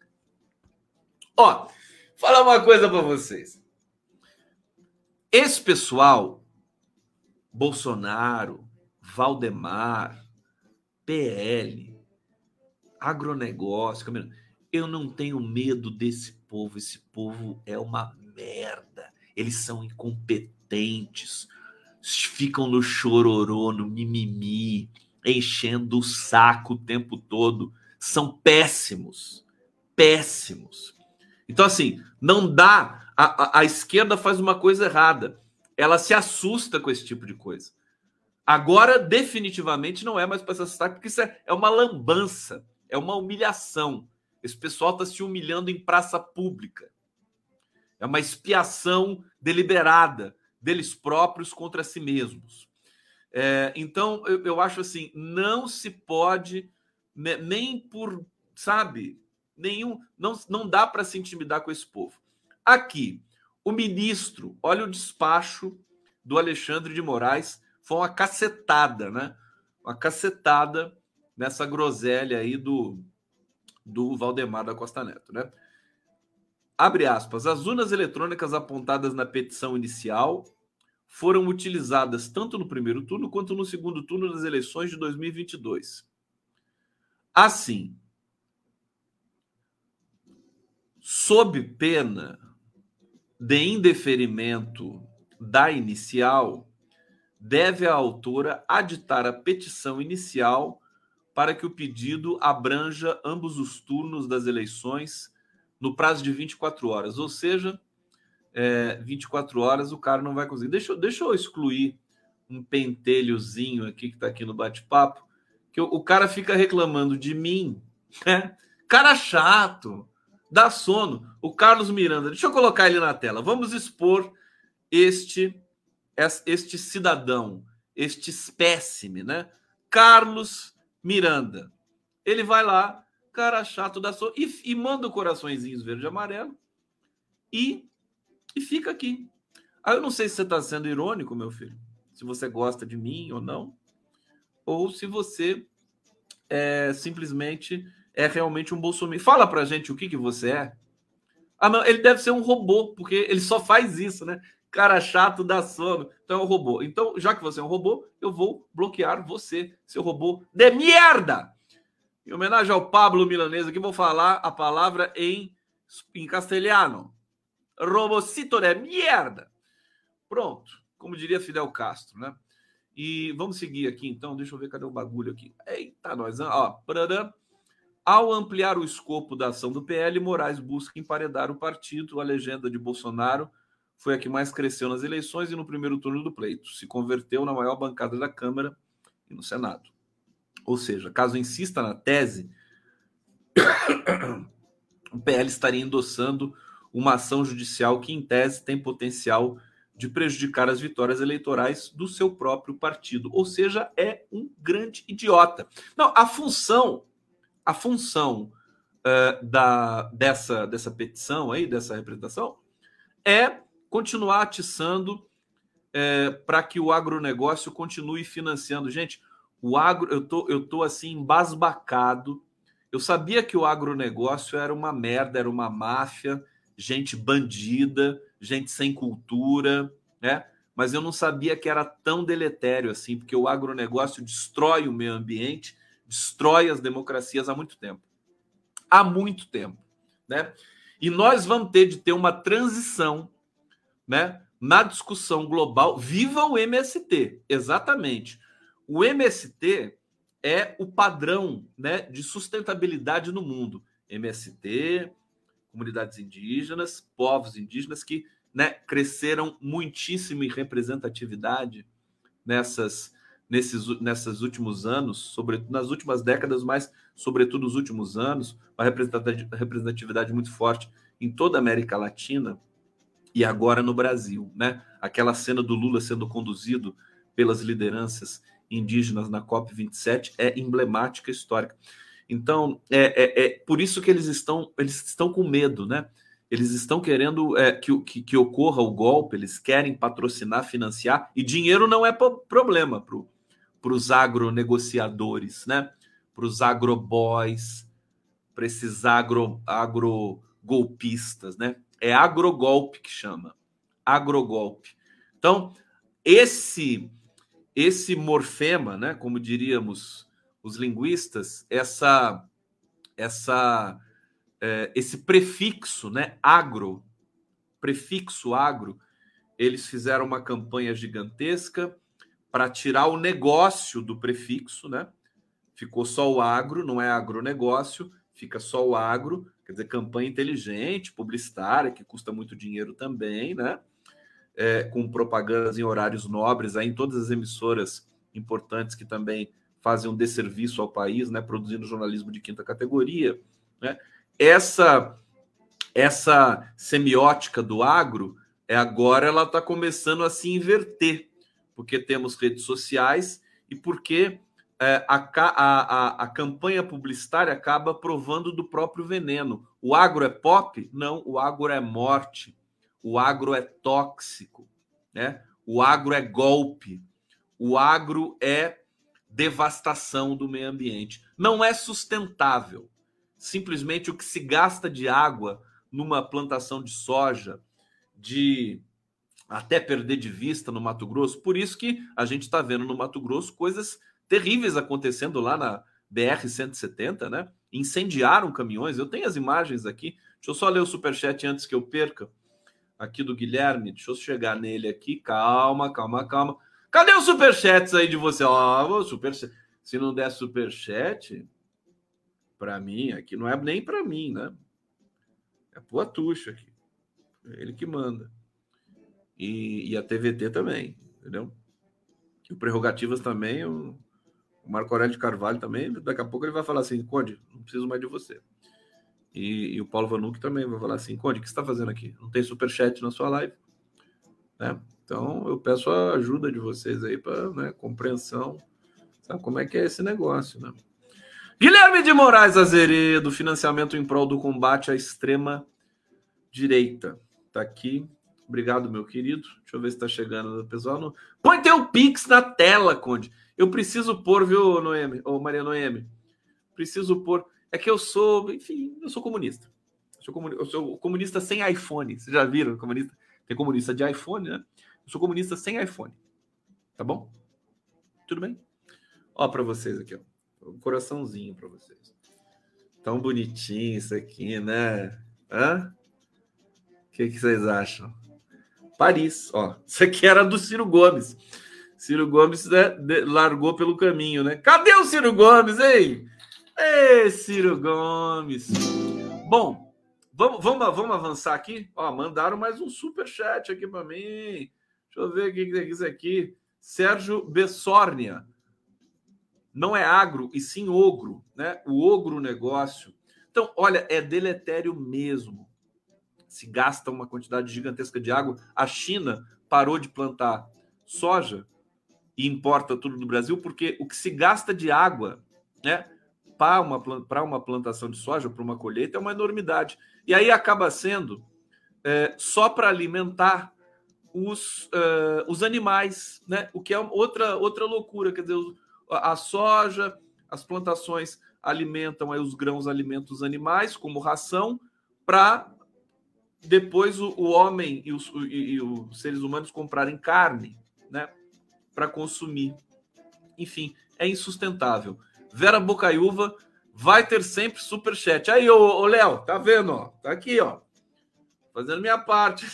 Ó, falar uma coisa para vocês. Esse pessoal, Bolsonaro, Valdemar, P L, agronegócio, eu não tenho medo desse povo. Esse povo é uma merda. Eles são incompetentes, ficam no chororô, no mimimi, enchendo o saco o tempo todo. São péssimos, péssimos. Então, assim, não dá... A, a, a esquerda faz uma coisa errada. Ela se assusta com esse tipo de coisa. Agora, definitivamente, não é mais para se assustar, porque isso é, é uma lambança. É uma humilhação. Esse pessoal está se humilhando em praça pública. É uma expiação deliberada deles próprios contra si mesmos. É, então, eu, eu acho assim, não se pode, né, nem por, sabe, nenhum, não, não dá para se intimidar com esse povo. Aqui, o ministro, olha o despacho do Alexandre de Moraes, foi uma cacetada, né? Uma cacetada nessa groselha aí do, do Valdemar da Costa Neto, né? Abre aspas, as urnas eletrônicas apontadas na petição inicial foram utilizadas tanto no primeiro turno quanto no segundo turno das eleições de dois mil e vinte e dois. Assim, sob pena de indeferimento da inicial, deve a autora aditar a petição inicial para que o pedido abranja ambos os turnos das eleições no prazo de vinte e quatro horas, ou seja, é, vinte e quatro horas o cara não vai conseguir. Deixa, deixa eu excluir um pentelhozinho aqui que está aqui no bate-papo, que o, o cara fica reclamando de mim, né? Cara chato, dá sono. O Carlos Miranda, deixa eu colocar ele na tela. Vamos expor este, este cidadão, este espécime, né? Carlos Miranda. Ele vai lá, cara chato, dá sono, e, e manda coraçõezinhos verde e amarelo e E fica aqui. Aí eu não sei se você está sendo irônico, meu filho, se você gosta de mim ou não, ou se você é, simplesmente é realmente um bolsominion. Fala pra gente o que, que você é. Ah, não, ele deve ser um robô, porque ele só faz isso, né? Cara chato, dá sono. Então é um robô. Então, já que você é um robô, eu vou bloquear você, seu robô de merda! Em homenagem ao Pablo Milanese, aqui vou falar a palavra em, em castelhano. Robocito de merda. Pronto, como diria Fidel Castro, né? E vamos seguir aqui, então. Deixa eu ver, cadê o bagulho aqui? Eita, nós... Ó, ao ampliar o escopo da ação do P L, Moraes busca emparedar o partido. A legenda de Bolsonaro foi a que mais cresceu nas eleições e no primeiro turno do pleito. Se converteu na maior bancada da Câmara e no Senado. Ou seja, caso insista na tese, o P L estaria endossando uma ação judicial que, em tese, tem potencial de prejudicar as vitórias eleitorais do seu próprio partido. Ou seja, é um grande idiota. Não, a função, a função uh, da, dessa, dessa petição aí, dessa representação, é continuar atiçando uh, para que o agronegócio continue financiando. Gente, o agro, eu tô, eu tô assim, embasbacado. Eu sabia que o agronegócio era uma merda, era uma máfia, gente bandida, gente sem cultura, né? Mas eu não sabia que era tão deletério assim, porque o agronegócio destrói o meio ambiente, destrói as democracias há muito tempo. Há muito tempo, né? E nós vamos ter de ter uma transição, né, na discussão global. Viva o M S T, exatamente. O M S T é o padrão, né, de sustentabilidade no mundo. M S T, comunidades indígenas, povos indígenas que, né, cresceram muitíssimo em representatividade nessas, nesses, nesses últimos anos, sobretudo nas últimas décadas, mas sobretudo nos últimos anos, uma representatividade muito forte em toda a América Latina e agora no Brasil, né? Aquela cena do Lula sendo conduzido pelas lideranças indígenas na COP vinte e sete é emblemática, histórica. Então, é, é, é por isso que eles estão, eles estão com medo, né? Eles estão querendo é, que, que, que ocorra o golpe, eles querem patrocinar, financiar, e dinheiro não é problema para os agronegociadores, né? Para os agroboys, para esses agro, agrogolpistas, né? É agrogolpe que chama, agrogolpe. Então, esse, esse morfema, né? Como diríamos os linguistas, essa, essa, é, esse prefixo, né, agro, prefixo agro, eles fizeram uma campanha gigantesca para tirar o negócio do prefixo, né? Ficou só o agro, não é agronegócio, fica só o agro, quer dizer, campanha inteligente, publicitária, que custa muito dinheiro também, né? É, com propagandas em horários nobres, aí em todas as emissoras importantes que também fazem um desserviço ao país, né, produzindo jornalismo de quinta categoria, né? Essa, essa semiótica do agro, é, agora ela está começando a se inverter, porque temos redes sociais e porque é, a, a, a campanha publicitária acaba provando do próprio veneno. O agro é pop? Não, o agro é morte. O agro é tóxico, né? O agro é golpe. O agro é devastação do meio ambiente. Não é sustentável. Simplesmente o que se gasta de água numa plantação de soja, de até perder de vista no Mato Grosso. Por isso que a gente está vendo no Mato Grosso coisas terríveis acontecendo lá na B R cento e setenta, né? Incendiaram caminhões. Eu tenho as imagens aqui. Deixa eu só ler o superchat antes que eu perca. Aqui do Guilherme. Deixa eu chegar nele aqui. Calma, calma, calma. Cadê os superchats aí de você? Ó, oh, superchat. Se não der superchat, para mim, aqui não é nem para mim, né? É pro Atucho aqui. É ele que manda. E, e a T V T também, entendeu? E o Prerrogativas também, o, o Marco Aurélio de Carvalho também, daqui a pouco ele vai falar assim, Conde, não preciso mais de você. E, e o Paulo Vanucci também vai falar assim, Conde, o que você está fazendo aqui? Não tem superchat na sua live? Né? Então, eu peço a ajuda de vocês aí para, né, compreensão, sabe como é que é esse negócio, né? Guilherme de Moraes Azeredo, financiamento em prol do combate à extrema direita. Tá aqui. Obrigado, meu querido. Deixa eu ver se tá chegando o pessoal. No... Põe teu Pix na tela, Conde. Eu preciso pôr, viu, Noemi? Ou Maria Noemi? Preciso pôr. É que eu sou, enfim, eu sou comunista. Eu sou comunista, eu sou comunista sem iPhone. Vocês já viram? Comunista... Tem comunista de iPhone, né? Eu sou comunista sem iPhone. Tá bom? Tudo bem? Ó, para vocês aqui, ó. Um coraçãozinho para vocês. Tão bonitinho isso aqui, né? Hã? O que, que vocês acham? Paris, ó. Isso aqui era do Ciro Gomes. Ciro Gomes, né, largou pelo caminho, né? Cadê o Ciro Gomes, hein? Ei, Ciro Gomes. Bom, vamos, vamos, vamos avançar aqui? Ó, mandaram mais um superchat aqui para mim. Deixa eu ver o que é isso aqui. Sérgio Bessórnia. Não é agro, e sim ogro, né? O ogro negócio. Então, olha, é deletério mesmo. Se gasta uma quantidade gigantesca de água. A China parou de plantar soja e importa tudo do Brasil, porque o que se gasta de água, né, para uma, para uma plantação de soja, para uma colheita, é uma enormidade. E aí acaba sendo é, só para alimentar os, uh, os animais, né? O que é outra, outra loucura. Quer dizer, a soja, as plantações alimentam aí os grãos, alimentam os animais como ração, para depois o, o homem e os, e, e os seres humanos comprarem carne, né, para consumir. Enfim, é insustentável. Vera Bocaiúva vai ter sempre superchat. Aí, ô, ô Léo, tá vendo? Ó? Tá aqui, ó. Fazendo minha parte.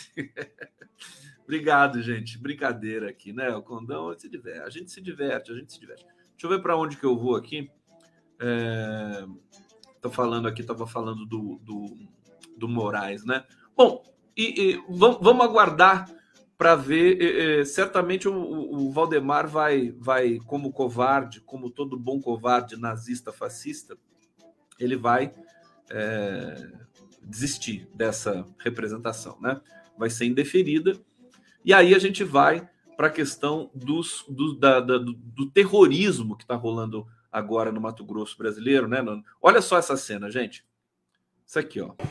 Obrigado, gente. Brincadeira aqui, né? O Condão se diverte. A gente se diverte, a gente se diverte. Deixa eu ver para onde que eu vou aqui. É... Tô falando aqui, tava falando do, do, do Moraes, né? Bom, e, e vamos, vamos aguardar para ver. E, e, certamente o, o Valdemar vai, vai, como covarde, como todo bom covarde nazista, fascista, ele vai é, desistir dessa representação, né? Vai ser indeferida. E aí a gente vai para a questão dos, do, da, da, do, do terrorismo que está rolando agora no Mato Grosso brasileiro, né? Olha só essa cena, gente. Isso aqui, ó.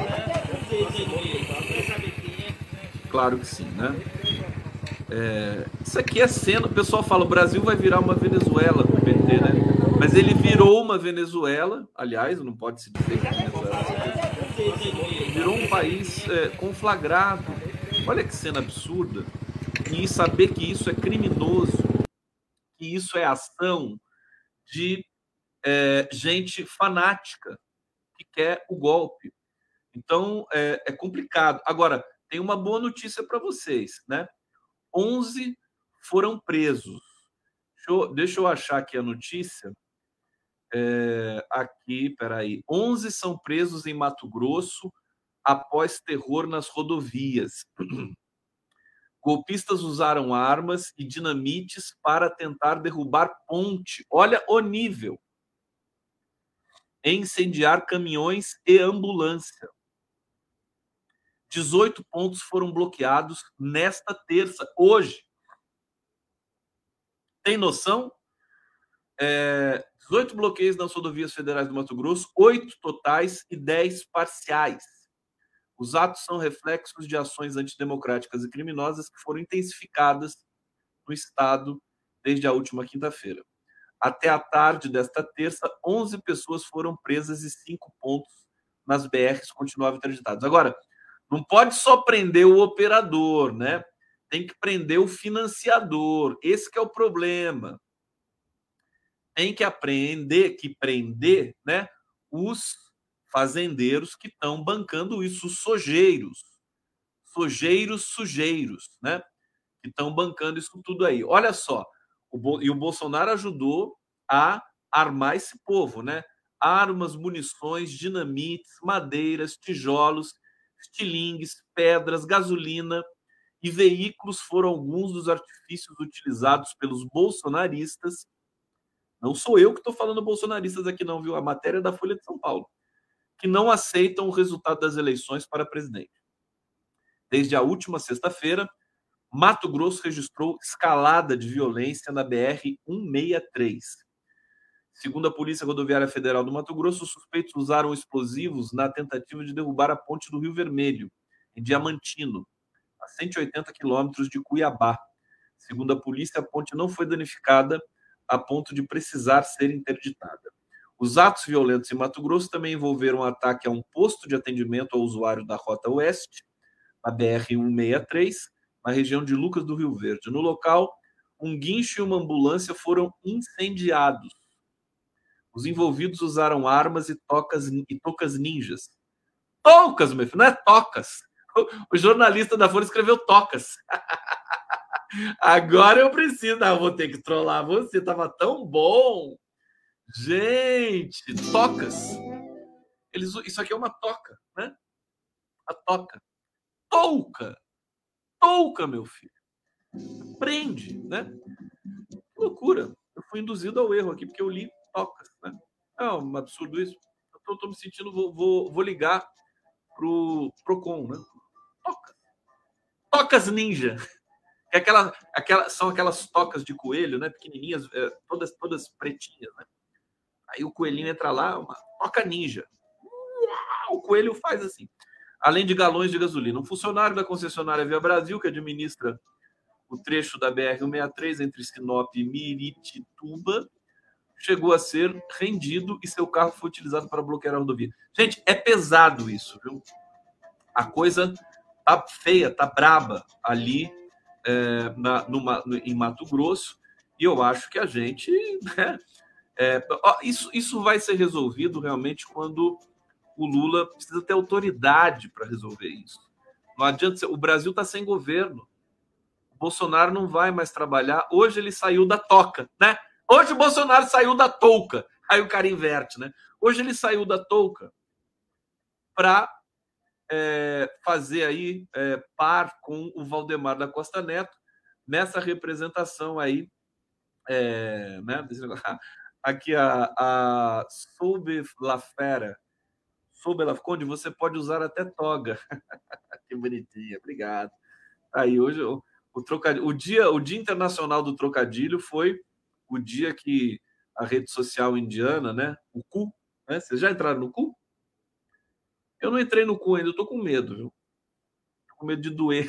Claro que sim, né? É, isso aqui é cena. O pessoal fala: o Brasil vai virar uma Venezuela com o P T, né? Mas ele virou uma Venezuela. Aliás, não pode se dizer que Venezuela virou um país é, conflagrado. Olha que cena absurda. E saber que isso é criminoso, que isso é ação de é, gente fanática que quer o golpe. Então, é, é complicado. Agora, tem uma boa notícia para vocês, né? onze foram presos. Deixa eu, deixa eu achar aqui a notícia. É, aqui, peraí. onze são presos em Mato Grosso após terror nas rodovias. Golpistas usaram armas e dinamites para tentar derrubar ponte. Olha o nível. Incendiar caminhões e ambulância. dezoito pontos foram bloqueados nesta terça, hoje. Tem noção? É, dezoito bloqueios nas rodovias federais do Mato Grosso, oito totais e dez parciais. Os atos são reflexos de ações antidemocráticas e criminosas que foram intensificadas no estado desde a última quinta-feira. Até a tarde desta terça, onze pessoas foram presas e cinco pontos nas B Rs continuavam interditados. Agora, não pode só prender o operador, né? Tem que prender o financiador. Esse que é o problema. Tem que aprender, que prender, né, os fazendeiros que estão bancando isso, os sojeiros. Sojeiros, sujeiros, né? Que estão bancando isso tudo aí. Olha só, o Bo... e o Bolsonaro ajudou a armar esse povo, né? Armas, munições, dinamites, madeiras, tijolos, estilingues, pedras, gasolina e veículos foram alguns dos artifícios utilizados pelos bolsonaristas. Não sou eu que estou falando bolsonaristas aqui não, viu? A matéria é da Folha de São Paulo. Que não aceitam o resultado das eleições para presidente. Desde a última sexta-feira, Mato Grosso registrou escalada de violência na B R cento e sessenta e três. Segundo a Polícia Rodoviária Federal do Mato Grosso, os suspeitos usaram explosivos na tentativa de derrubar a ponte do Rio Vermelho, em Diamantino, a cento e oitenta quilômetros de Cuiabá. Segundo a polícia, a ponte não foi danificada a ponto de precisar ser interditada. Os atos violentos em Mato Grosso também envolveram um ataque a um posto de atendimento ao usuário da Rota Oeste, na B R cento e sessenta e três, na região de Lucas do Rio Verde. No local, um guincho e uma ambulância foram incendiados. Os envolvidos usaram armas e tocas, e tocas ninjas. Tocas, meu filho, não é tocas. O, o jornalista da Folha escreveu tocas. Agora eu preciso, não, vou ter que trollar você, tava tão bom. Gente, tocas. Eles, isso aqui é uma toca, né? A toca. Touca. Touca, meu filho. Prende, né? Que loucura. Eu fui induzido ao erro aqui, porque eu li tocas, né? É um absurdo isso. Eu tô, tô me sentindo, vou, vou, vou ligar pro Procon, né? Tocas. Tocas ninja. É aquela, aquela, são aquelas tocas de coelho, né? Pequenininhas, é, todas, todas pretinhas, né? Aí o coelhinho entra lá, uma toca ninja. O coelho faz assim. Além de galões de gasolina. Um funcionário da concessionária Via Brasil, que administra o trecho da B R cento e sessenta e três entre Sinop e Miritituba, chegou a ser rendido e seu carro foi utilizado para bloquear a rodovia. Gente, é pesado isso, viu? A coisa tá feia, tá braba ali é, na, no, no, em Mato Grosso, e eu acho que a gente... Né, é, ó, isso, isso vai ser resolvido realmente quando o Lula precisa ter autoridade para resolver isso. Não adianta ser, o Brasil está sem governo. O Bolsonaro não vai mais trabalhar. Hoje ele saiu da toca, né? Hoje o Bolsonaro saiu da touca. Aí o cara inverte, né? Hoje ele saiu da touca para é, fazer aí é, par com o Valdemar da Costa Neto nessa representação aí, é, né? Aqui a, a Soube La Fera, Soube La Conde, você pode usar até toga. Que bonitinha, obrigado. Aí hoje o, o trocadilho, o dia, o Dia Internacional do Trocadilho foi o dia que a rede social indiana, né, o cu, né? Vocês já entraram no cu? Eu não entrei no cu ainda, eu tô com medo, viu? Tô com medo de doer.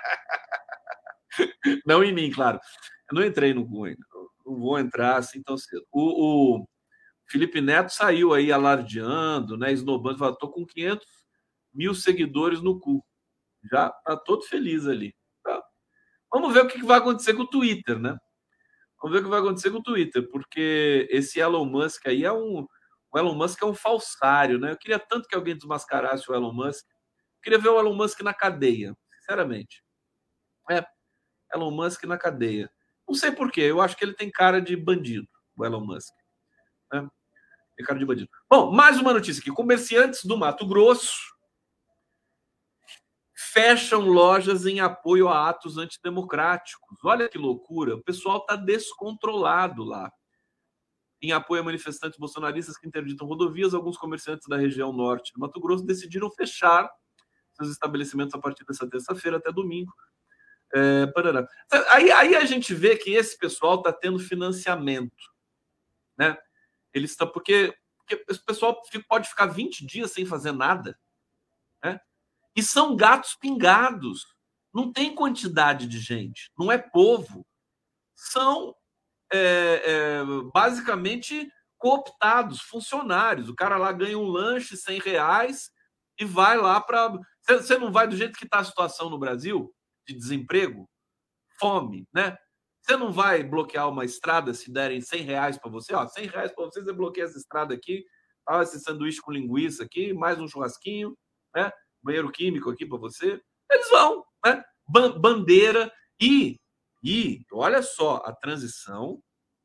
Não em mim, claro. Eu não entrei no cu ainda. Não vou entrar assim tão cedo. O, o Felipe Neto saiu aí alardeando, né, esnobando, falou, tô com quinhentos mil seguidores no cu. Já tá todo feliz ali. Tá. Vamos ver o que vai acontecer com o Twitter, né? Vamos ver o que vai acontecer com o Twitter, porque esse Elon Musk aí é um... O Elon Musk é um falsário, né? Eu queria tanto que alguém desmascarasse o Elon Musk. Eu queria ver o Elon Musk na cadeia, sinceramente. É, Elon Musk na cadeia. Não sei por quê, eu acho que ele tem cara de bandido, o Elon Musk. Né? Tem cara de bandido. Bom, mais uma notícia aqui. Comerciantes do Mato Grosso fecham lojas em apoio a atos antidemocráticos. Olha que loucura, o pessoal está descontrolado lá. Em apoio a manifestantes bolsonaristas que interditam rodovias, alguns comerciantes da região norte do Mato Grosso decidiram fechar seus estabelecimentos a partir dessa terça-feira até domingo. É, aí, aí a gente vê que esse pessoal está tendo financiamento, né? Eles estão porque, porque esse pessoal pode ficar vinte dias sem fazer nada, né? E são gatos pingados, não tem quantidade de gente, não é povo, são é, é, basicamente cooptados, funcionários. O cara lá ganha um lanche cem reais e vai lá para. Você não vai do jeito que está a situação no Brasil, de desemprego, fome, né? Você não vai bloquear uma estrada se derem cem reais para você, ó, cem reais para você, você bloqueia essa estrada aqui, tá, esse sanduíche com linguiça aqui, mais um churrasquinho, né? Banheiro químico aqui para você. Eles vão, né? Bandeira e, e olha só, a transição,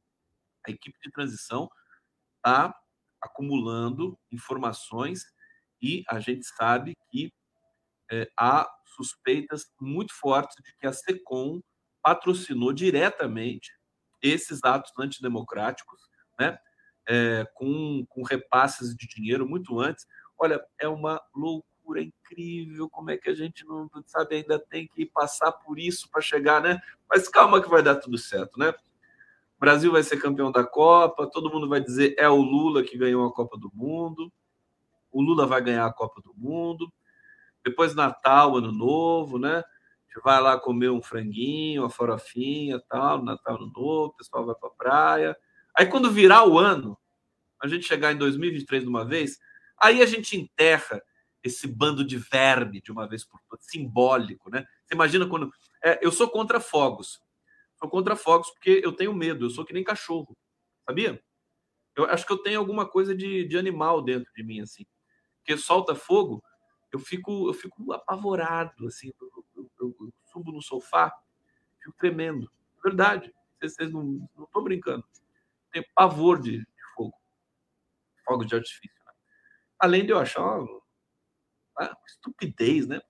a equipe de transição está acumulando informações e a gente sabe que é, há suspeitas muito fortes de que a SECOM patrocinou diretamente esses atos antidemocráticos, né? É, com, com repasses de dinheiro muito antes. Olha, é uma loucura incrível, como é que a gente não sabe, ainda tem que passar por isso para chegar, né? Mas calma que vai dar tudo certo, né? O Brasil vai ser campeão da Copa, todo mundo vai dizer é o Lula que ganhou a Copa do Mundo, o Lula vai ganhar a Copa do Mundo, depois Natal, Ano Novo, né? A gente vai lá comer um franguinho, uma farofinha, tal, Natal, Ano Novo, o pessoal vai para a praia. Aí quando virar o ano, a gente chegar em dois mil e vinte e três de uma vez, aí a gente enterra esse bando de verme de uma vez por todas, simbólico, né? Você imagina quando... É, eu sou contra fogos. Sou contra fogos porque eu tenho medo, eu sou que nem cachorro, sabia? Eu acho que eu tenho alguma coisa de, de animal dentro de mim, assim. Porque solta fogo, eu fico, eu fico apavorado, assim, eu, eu, eu, eu subo no sofá, fico tremendo. Verdade, vocês, vocês não estão brincando. Tenho pavor de, de fogo, fogos de artifício. Né? Além de eu achar uma, uma estupidez, né?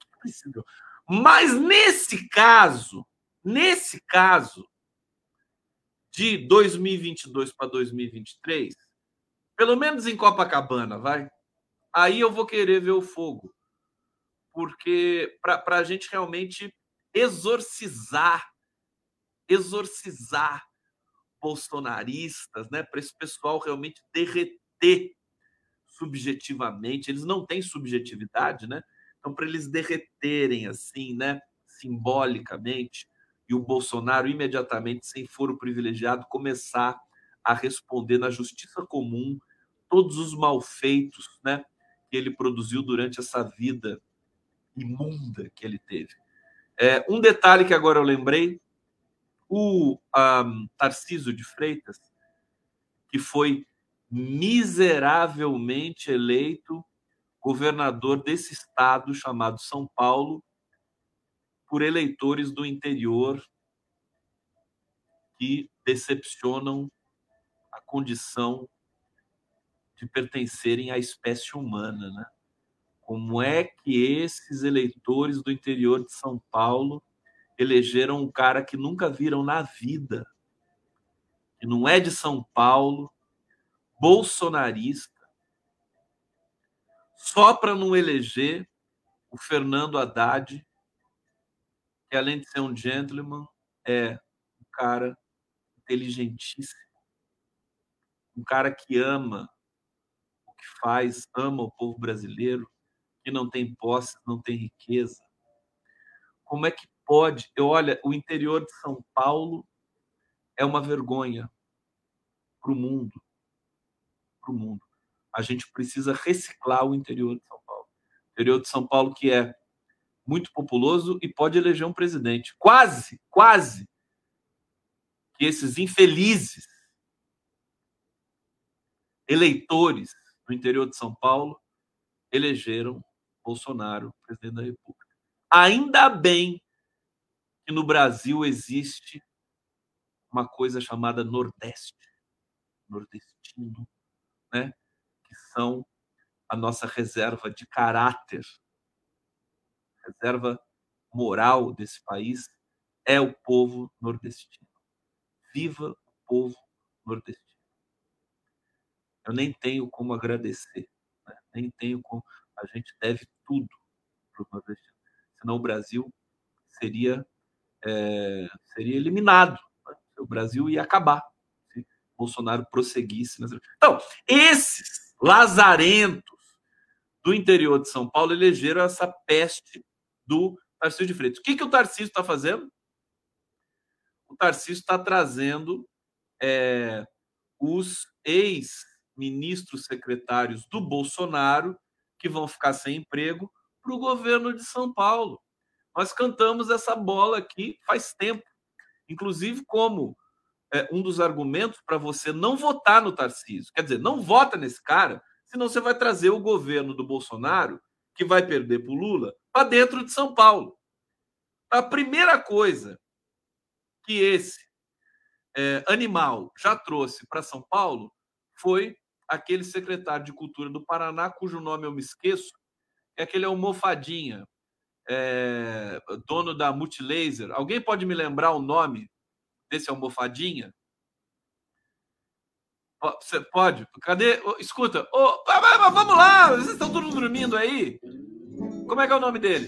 Mas nesse caso, nesse caso, de dois mil e vinte e dois para dois mil e vinte e três, pelo menos em Copacabana, vai, aí eu vou querer ver o fogo. Porque para a gente realmente exorcizar, exorcizar bolsonaristas, né? Para esse pessoal realmente derreter subjetivamente, eles não têm subjetividade, né? Então, para eles derreterem assim, né? Simbolicamente, e o Bolsonaro imediatamente, sem foro privilegiado, começar a responder na justiça comum todos os malfeitos, né? Que ele produziu durante essa vida imunda que ele teve. É, um detalhe que agora eu lembrei, o um, Tarcísio de Freitas, que foi miseravelmente eleito governador desse estado chamado São Paulo por eleitores do interior que decepcionam a condição de pertencerem à espécie humana, né? Como é que esses eleitores do interior de São Paulo elegeram um cara que nunca viram na vida, que não é de São Paulo, bolsonarista, só para não eleger o Fernando Haddad, que além de ser um gentleman, é um cara inteligentíssimo, um cara que ama o que faz, ama o povo brasileiro, que não tem posse, não tem riqueza. Como é que pode? Eu, olha, o interior de São Paulo é uma vergonha para o mundo. Para o mundo. A gente precisa reciclar o interior de São Paulo. O interior de São Paulo que é muito populoso e pode eleger um presidente. Quase, quase que esses infelizes eleitores do interior de São Paulo elegeram Bolsonaro presidente da República. Ainda bem que no Brasil existe uma coisa chamada Nordeste, nordestino, né? Que são a nossa reserva de caráter, reserva moral desse país é o povo nordestino. Viva o povo nordestino. Eu nem tenho como agradecer, né? Nem tenho como. A gente deve tudo para o nordestino. Senão o Brasil seria, é, seria eliminado. Né? O Brasil ia acabar se Bolsonaro prosseguisse. Então, esses lazarentos do interior de São Paulo elegeram essa peste do Tarcísio de Freitas. O que, que o Tarcísio está fazendo? O Tarcísio está trazendo é, os ex-ministros secretários do Bolsonaro, que vão ficar sem emprego, para o governo de São Paulo. Nós cantamos essa bola aqui faz tempo. Inclusive, como é, um dos argumentos para você não votar no Tarcísio. Quer dizer, não vota nesse cara, senão você vai trazer o governo do Bolsonaro, que vai perder para o Lula, para dentro de São Paulo. A primeira coisa que esse é, animal já trouxe para São Paulo foi aquele secretário de Cultura do Paraná, cujo nome eu me esqueço, é aquele almofadinha, é, dono da Multilaser. Alguém pode me lembrar o nome desse almofadinha? Você pode? Cadê? Escuta, oh, vamos lá, vocês estão todos dormindo aí? Como é que é o nome dele?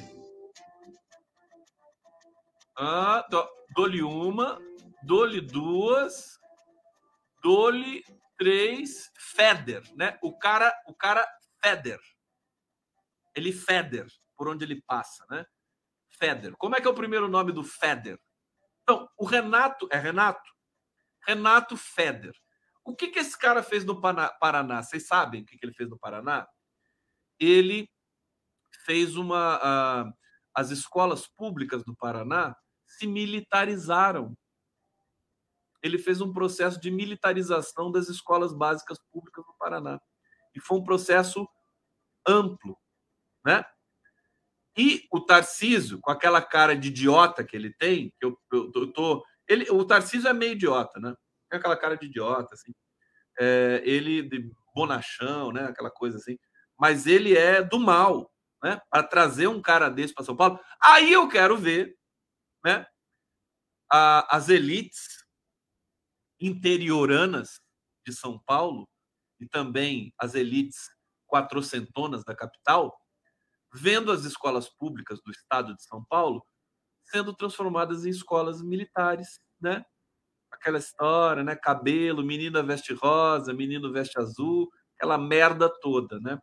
Ah, dou-lhe uma, dou-lhe duas, dou-lhe três, Feder, né? O cara, o cara Feder. Ele Feder por onde ele passa, né? Feder. Como é que é o primeiro nome do Feder? Então, o Renato, é Renato? Renato Feder. O que, que esse cara fez no Paraná? Vocês sabem o que, que ele fez no Paraná? Ele fez uma... Uh, as escolas públicas do Paraná se militarizaram. Ele fez um processo de militarização das escolas básicas públicas do Paraná. E foi um processo amplo, né? E o Tarcísio, com aquela cara de idiota que ele tem, que eu, eu, eu tô... Ele, o Tarcísio é meio idiota, né? Tem aquela cara de idiota, assim. É, ele de bonachão, né? Aquela coisa assim. Mas ele é do mal, né? Para trazer um cara desse para São Paulo. Aí eu quero ver, né? A, as elites interioranas de São Paulo e também as elites quatrocentonas da capital, vendo as escolas públicas do estado de São Paulo sendo transformadas em escolas militares, né? Aquela história, né? Cabelo, menina veste rosa, menino veste azul, aquela merda toda, né?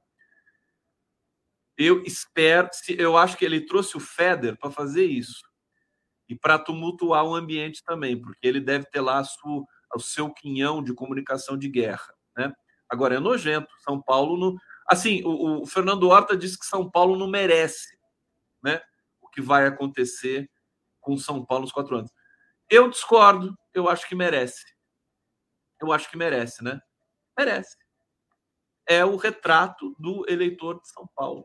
Eu espero, eu acho que ele trouxe o Feder para fazer isso e para tumultuar o ambiente também, porque ele deve ter lá a sua, o seu quinhão de comunicação de guerra, né? Agora é nojento. São Paulo não... Assim, o, o Fernando Horta disse que São Paulo não merece, né, o que vai acontecer com São Paulo nos quatro anos. Eu discordo, eu acho que merece. Eu acho que merece, né? Merece. É o retrato do eleitor de São Paulo.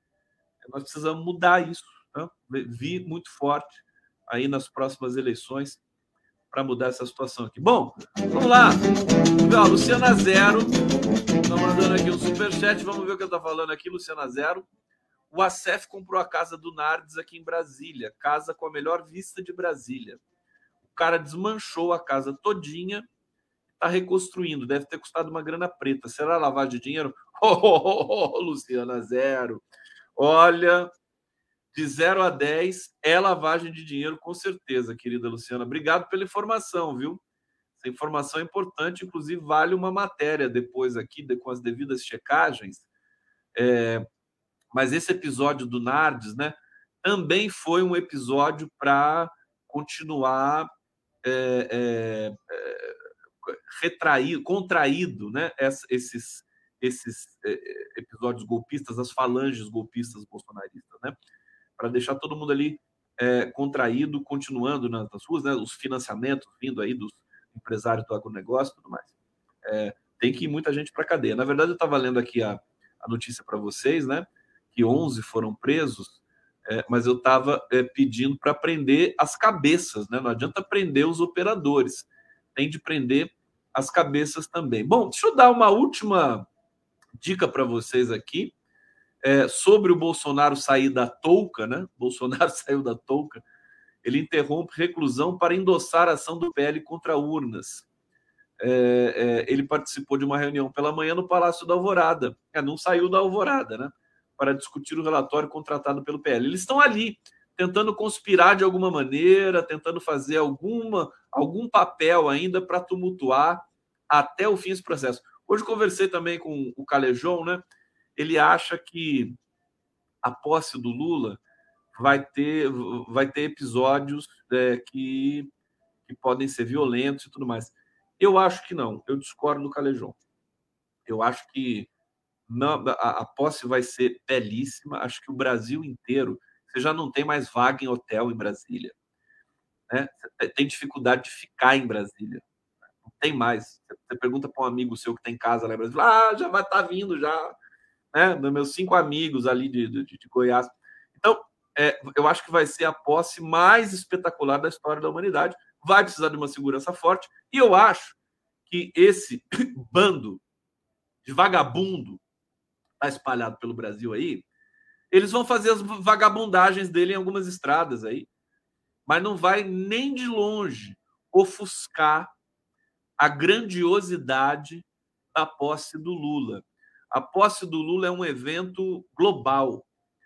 Nós precisamos mudar isso, né? Vir muito forte aí nas próximas eleições para mudar essa situação aqui. Bom, vamos lá. Ó, Luciana Zero está mandando aqui um superchat. Vamos ver o que eu estou falando aqui, Luciana Zero. O Acef comprou a casa do Nardes aqui em Brasília. Casa com a melhor vista de Brasília. O cara desmanchou a casa todinha, está reconstruindo. Deve ter custado uma grana preta. Será lavagem de dinheiro? Oh, oh, oh, oh, Luciana Zero. Olha, de zero a dez é lavagem de dinheiro, com certeza, querida Luciana. Obrigado pela informação, viu? Essa informação é importante, inclusive vale uma matéria depois aqui, com as devidas checagens. É, mas esse episódio do Nardes, né, também foi um episódio para continuar é, é, é, retraído, contraído, né, esses, esses é, episódios golpistas, as falanges golpistas bolsonaristas, né, para deixar todo mundo ali é, contraído, continuando nas, nas ruas, né, os financiamentos vindo aí dos empresários do agronegócio e tudo mais. É, tem que ir muita gente para a cadeia. Na verdade, eu estava lendo aqui a, a notícia para vocês, né, que onze foram presos, é, mas eu estava é, pedindo para prender as cabeças, né? Não adianta prender os operadores, tem de prender as cabeças também. Bom, deixa eu dar uma última dica para vocês aqui. É, sobre o Bolsonaro sair da touca, né? Bolsonaro saiu da touca, ele interrompe reclusão para endossar a ação do P L contra urnas. É, é, ele participou de uma reunião pela manhã no Palácio da Alvorada. É, não saiu da Alvorada, né? Para discutir o relatório contratado pelo P L. Eles estão ali, tentando conspirar de alguma maneira, tentando fazer alguma, algum papel ainda para tumultuar até o fim desse processo. Hoje conversei também com o Calejão, né? Ele acha que a posse do Lula vai ter, vai ter episódios é, que, que podem ser violentos e tudo mais. Eu acho que não, eu discordo do Calejão. Eu acho que não, a, a posse vai ser belíssima. Acho que o Brasil inteiro, você já não tem mais vaga em hotel em Brasília, né? Você tem dificuldade de ficar em Brasília. Não tem mais. Você pergunta para um amigo seu que tem casa lá em Brasília, ah, já vai estar tá vindo já. Né, dos meus cinco amigos ali de, de, de Goiás. Então, é, eu acho que vai ser a posse mais espetacular da história da humanidade. Vai precisar de uma segurança forte. E eu acho que esse bando de vagabundo está espalhado pelo Brasil aí, eles vão fazer as vagabundagens dele em algumas estradas aí, mas não vai nem de longe ofuscar a grandiosidade da posse do Lula. A posse do Lula é um evento global.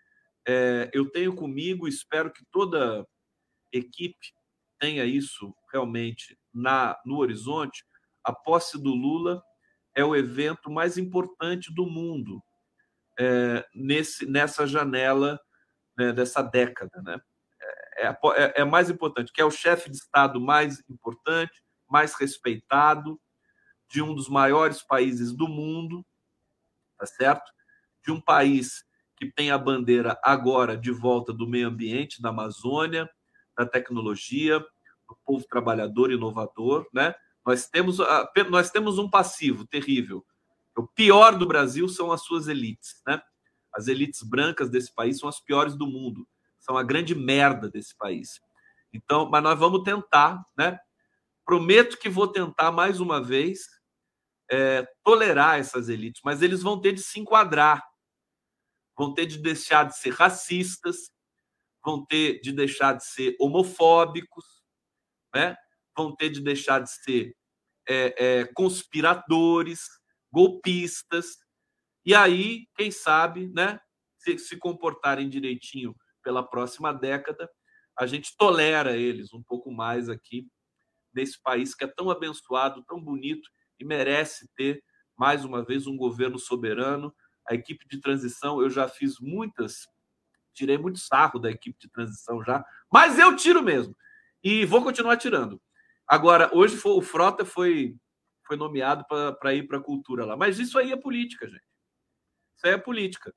É, eu tenho comigo, espero que toda equipe tenha isso realmente na, no horizonte. A posse do Lula é o evento mais importante do mundo é, nesse, nessa janela, né, dessa década. Né? É, é, é mais importante, que é o chefe de Estado mais importante, mais respeitado, de um dos maiores países do mundo, tá certo? De um país que tem a bandeira agora de volta do meio ambiente, da Amazônia, da tecnologia, do povo trabalhador inovador, né? Nós temos, nós temos um passivo terrível. O pior do Brasil são as suas elites, né? As elites brancas desse país são as piores do mundo, são a grande merda desse país. Então, mas nós vamos tentar, né? Prometo que vou tentar mais uma vez É, tolerar essas elites, mas eles vão ter de se enquadrar, vão ter de deixar de ser racistas, vão ter de deixar de ser homofóbicos, né? Vão ter de deixar de ser é, é, conspiradores, golpistas, e aí, quem sabe, né, se, se comportarem direitinho pela próxima década, a gente tolera eles um pouco mais aqui nesse país que é tão abençoado, tão bonito, e merece ter, mais uma vez, um governo soberano. A equipe de transição, eu já fiz muitas, tirei muito sarro da equipe de transição já, mas eu tiro mesmo. E vou continuar tirando. Agora, hoje foi, o Frota foi, foi nomeado para ir para a cultura lá. Mas isso aí é política, gente. Isso aí é política.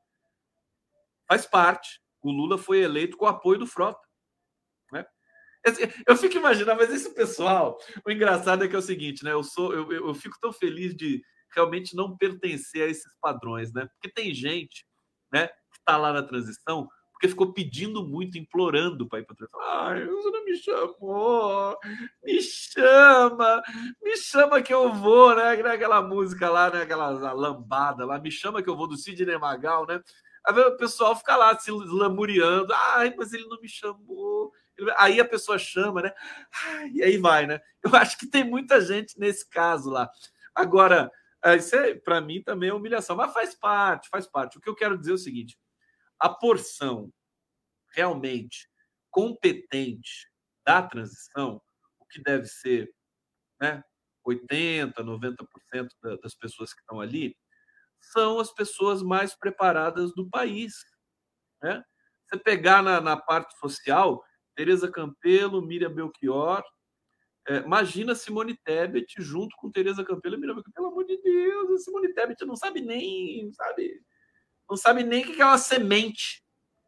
Faz parte. O Lula foi eleito com o apoio do Frota. Né? Eu fico imaginando, mas esse pessoal, o engraçado é que é o seguinte, né? Eu sou, eu, eu fico tão feliz de realmente não pertencer a esses padrões, né? Porque tem gente, né, que está lá na transição, porque ficou pedindo muito, implorando para ir para a transição. Ai, você não me chamou, me chama, me chama que eu vou, né? Aquela música lá, né? Aquela lambada lá, me chama que eu vou do Sidney Magal, né? Aí o pessoal fica lá se lamuriando, ai, mas ele não me chamou. Aí a pessoa chama, né? E aí vai, né? Eu acho que tem muita gente nesse caso lá. Agora, isso é, para mim também é humilhação, mas faz parte, faz parte. O que eu quero dizer é o seguinte: a porção realmente competente da transição, o que deve ser, né, oitenta, noventa por cento das pessoas que estão ali, são as pessoas mais preparadas do país. Né? Você pegar na, na parte social, Tereza Campelo, Miriam Belchior, é, imagina Simone Tebet junto com Tereza Campelo e Miriam Belchior. Pelo amor de Deus, a Simone Tebet não sabe nem, sabe, não sabe nem o que é uma semente,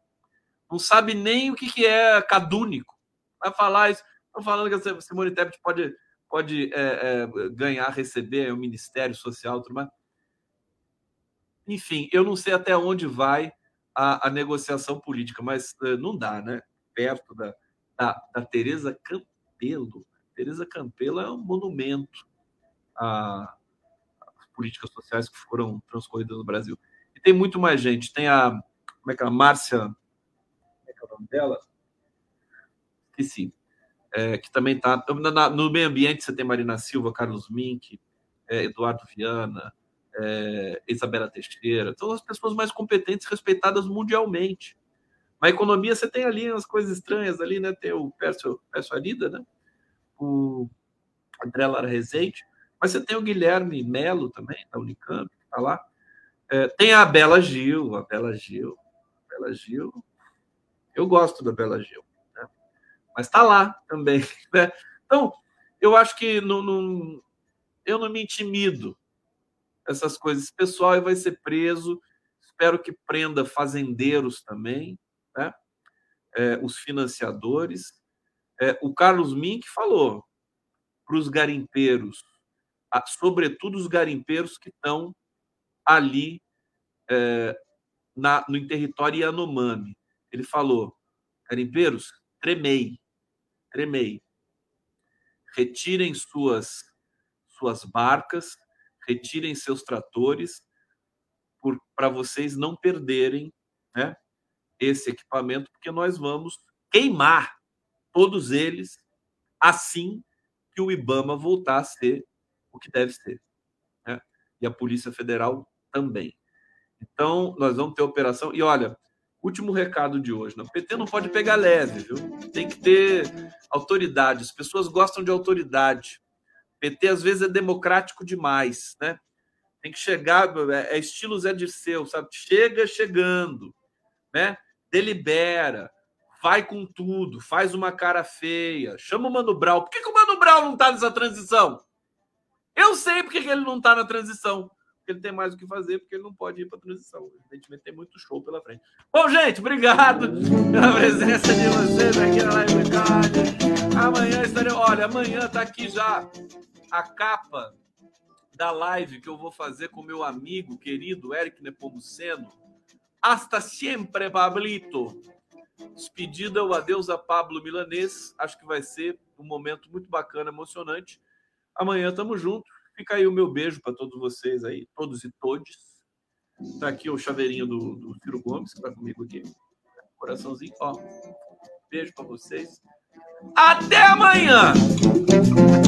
não sabe nem o que é cadúnico. Vai falar isso, estão falando que a Simone Tebet pode, pode é, é, ganhar, receber o Ministério Social, tudo mais. Enfim, eu não sei até onde vai a, a negociação política, mas uh, não dá, né? Perto da, da, da Tereza Campelo. Tereza Campelo é um monumento às políticas sociais que foram transcorridas no Brasil. E tem muito mais gente. Tem a... Como é que é? A Márcia... Como é que é o nome dela? Esqueci. É, que também está... No meio ambiente você tem Marina Silva, Carlos Mink, é, Eduardo Viana, é, Isabela Teixeira. São as pessoas mais competentes e respeitadas mundialmente. Na economia você tem ali umas coisas estranhas ali, né? Tem o Pércio, Pércio Arida, né? O André Lara Rezende, mas você tem o Guilherme Melo também, da Unicamp, que está lá. É, tem a Bela Gil, a Bela Gil, a Bela Gil. Eu gosto da Bela Gil, né? Mas está lá também, né? Então, eu acho que não, não, eu não me intimido essas coisas. Esse pessoal vai ser preso, espero que prenda fazendeiros também, né? É, os financiadores. É, o Carlos Mink falou para os garimpeiros, sobretudo os garimpeiros que estão ali é, na, no território Yanomami. Ele falou, garimpeiros, tremei, tremei. Retirem suas, suas barcas, retirem seus tratores, para vocês não perderem, né, esse equipamento, porque nós vamos queimar todos eles assim que o IBAMA voltar a ser o que deve ser, né? E a Polícia Federal também. Então, nós vamos ter operação. E olha, último recado de hoje, né? O P T não pode pegar leve, viu? Tem que ter autoridade. As pessoas gostam de autoridade. O P T, às vezes, é democrático demais, né? Tem que chegar, é estilo Zé Dirceu, sabe? Chega chegando, né? Delibera, vai com tudo, faz uma cara feia, chama o Mano Brown. Por que, que o Mano Brown não está nessa transição? Eu sei porque que ele não está na transição. Porque ele tem mais o que fazer, porque ele não pode ir para a transição. Evidentemente, tem muito show pela frente. Bom, gente, obrigado pela presença de vocês aqui na Live do Card. Amanhã estarei... Olha, amanhã está aqui já a capa da live que eu vou fazer com meu amigo querido Eric Nepomuceno. Hasta sempre, Pablito. Despedida, o adeus a Pablo Milanês. Acho que vai ser um momento muito bacana, emocionante. Amanhã tamo junto. Fica aí o meu beijo para todos vocês aí, todos e todes. Tá aqui o chaveirinho do, do Ciro Gomes, que tá comigo aqui. Coraçãozinho, ó. Beijo para vocês. Até amanhã!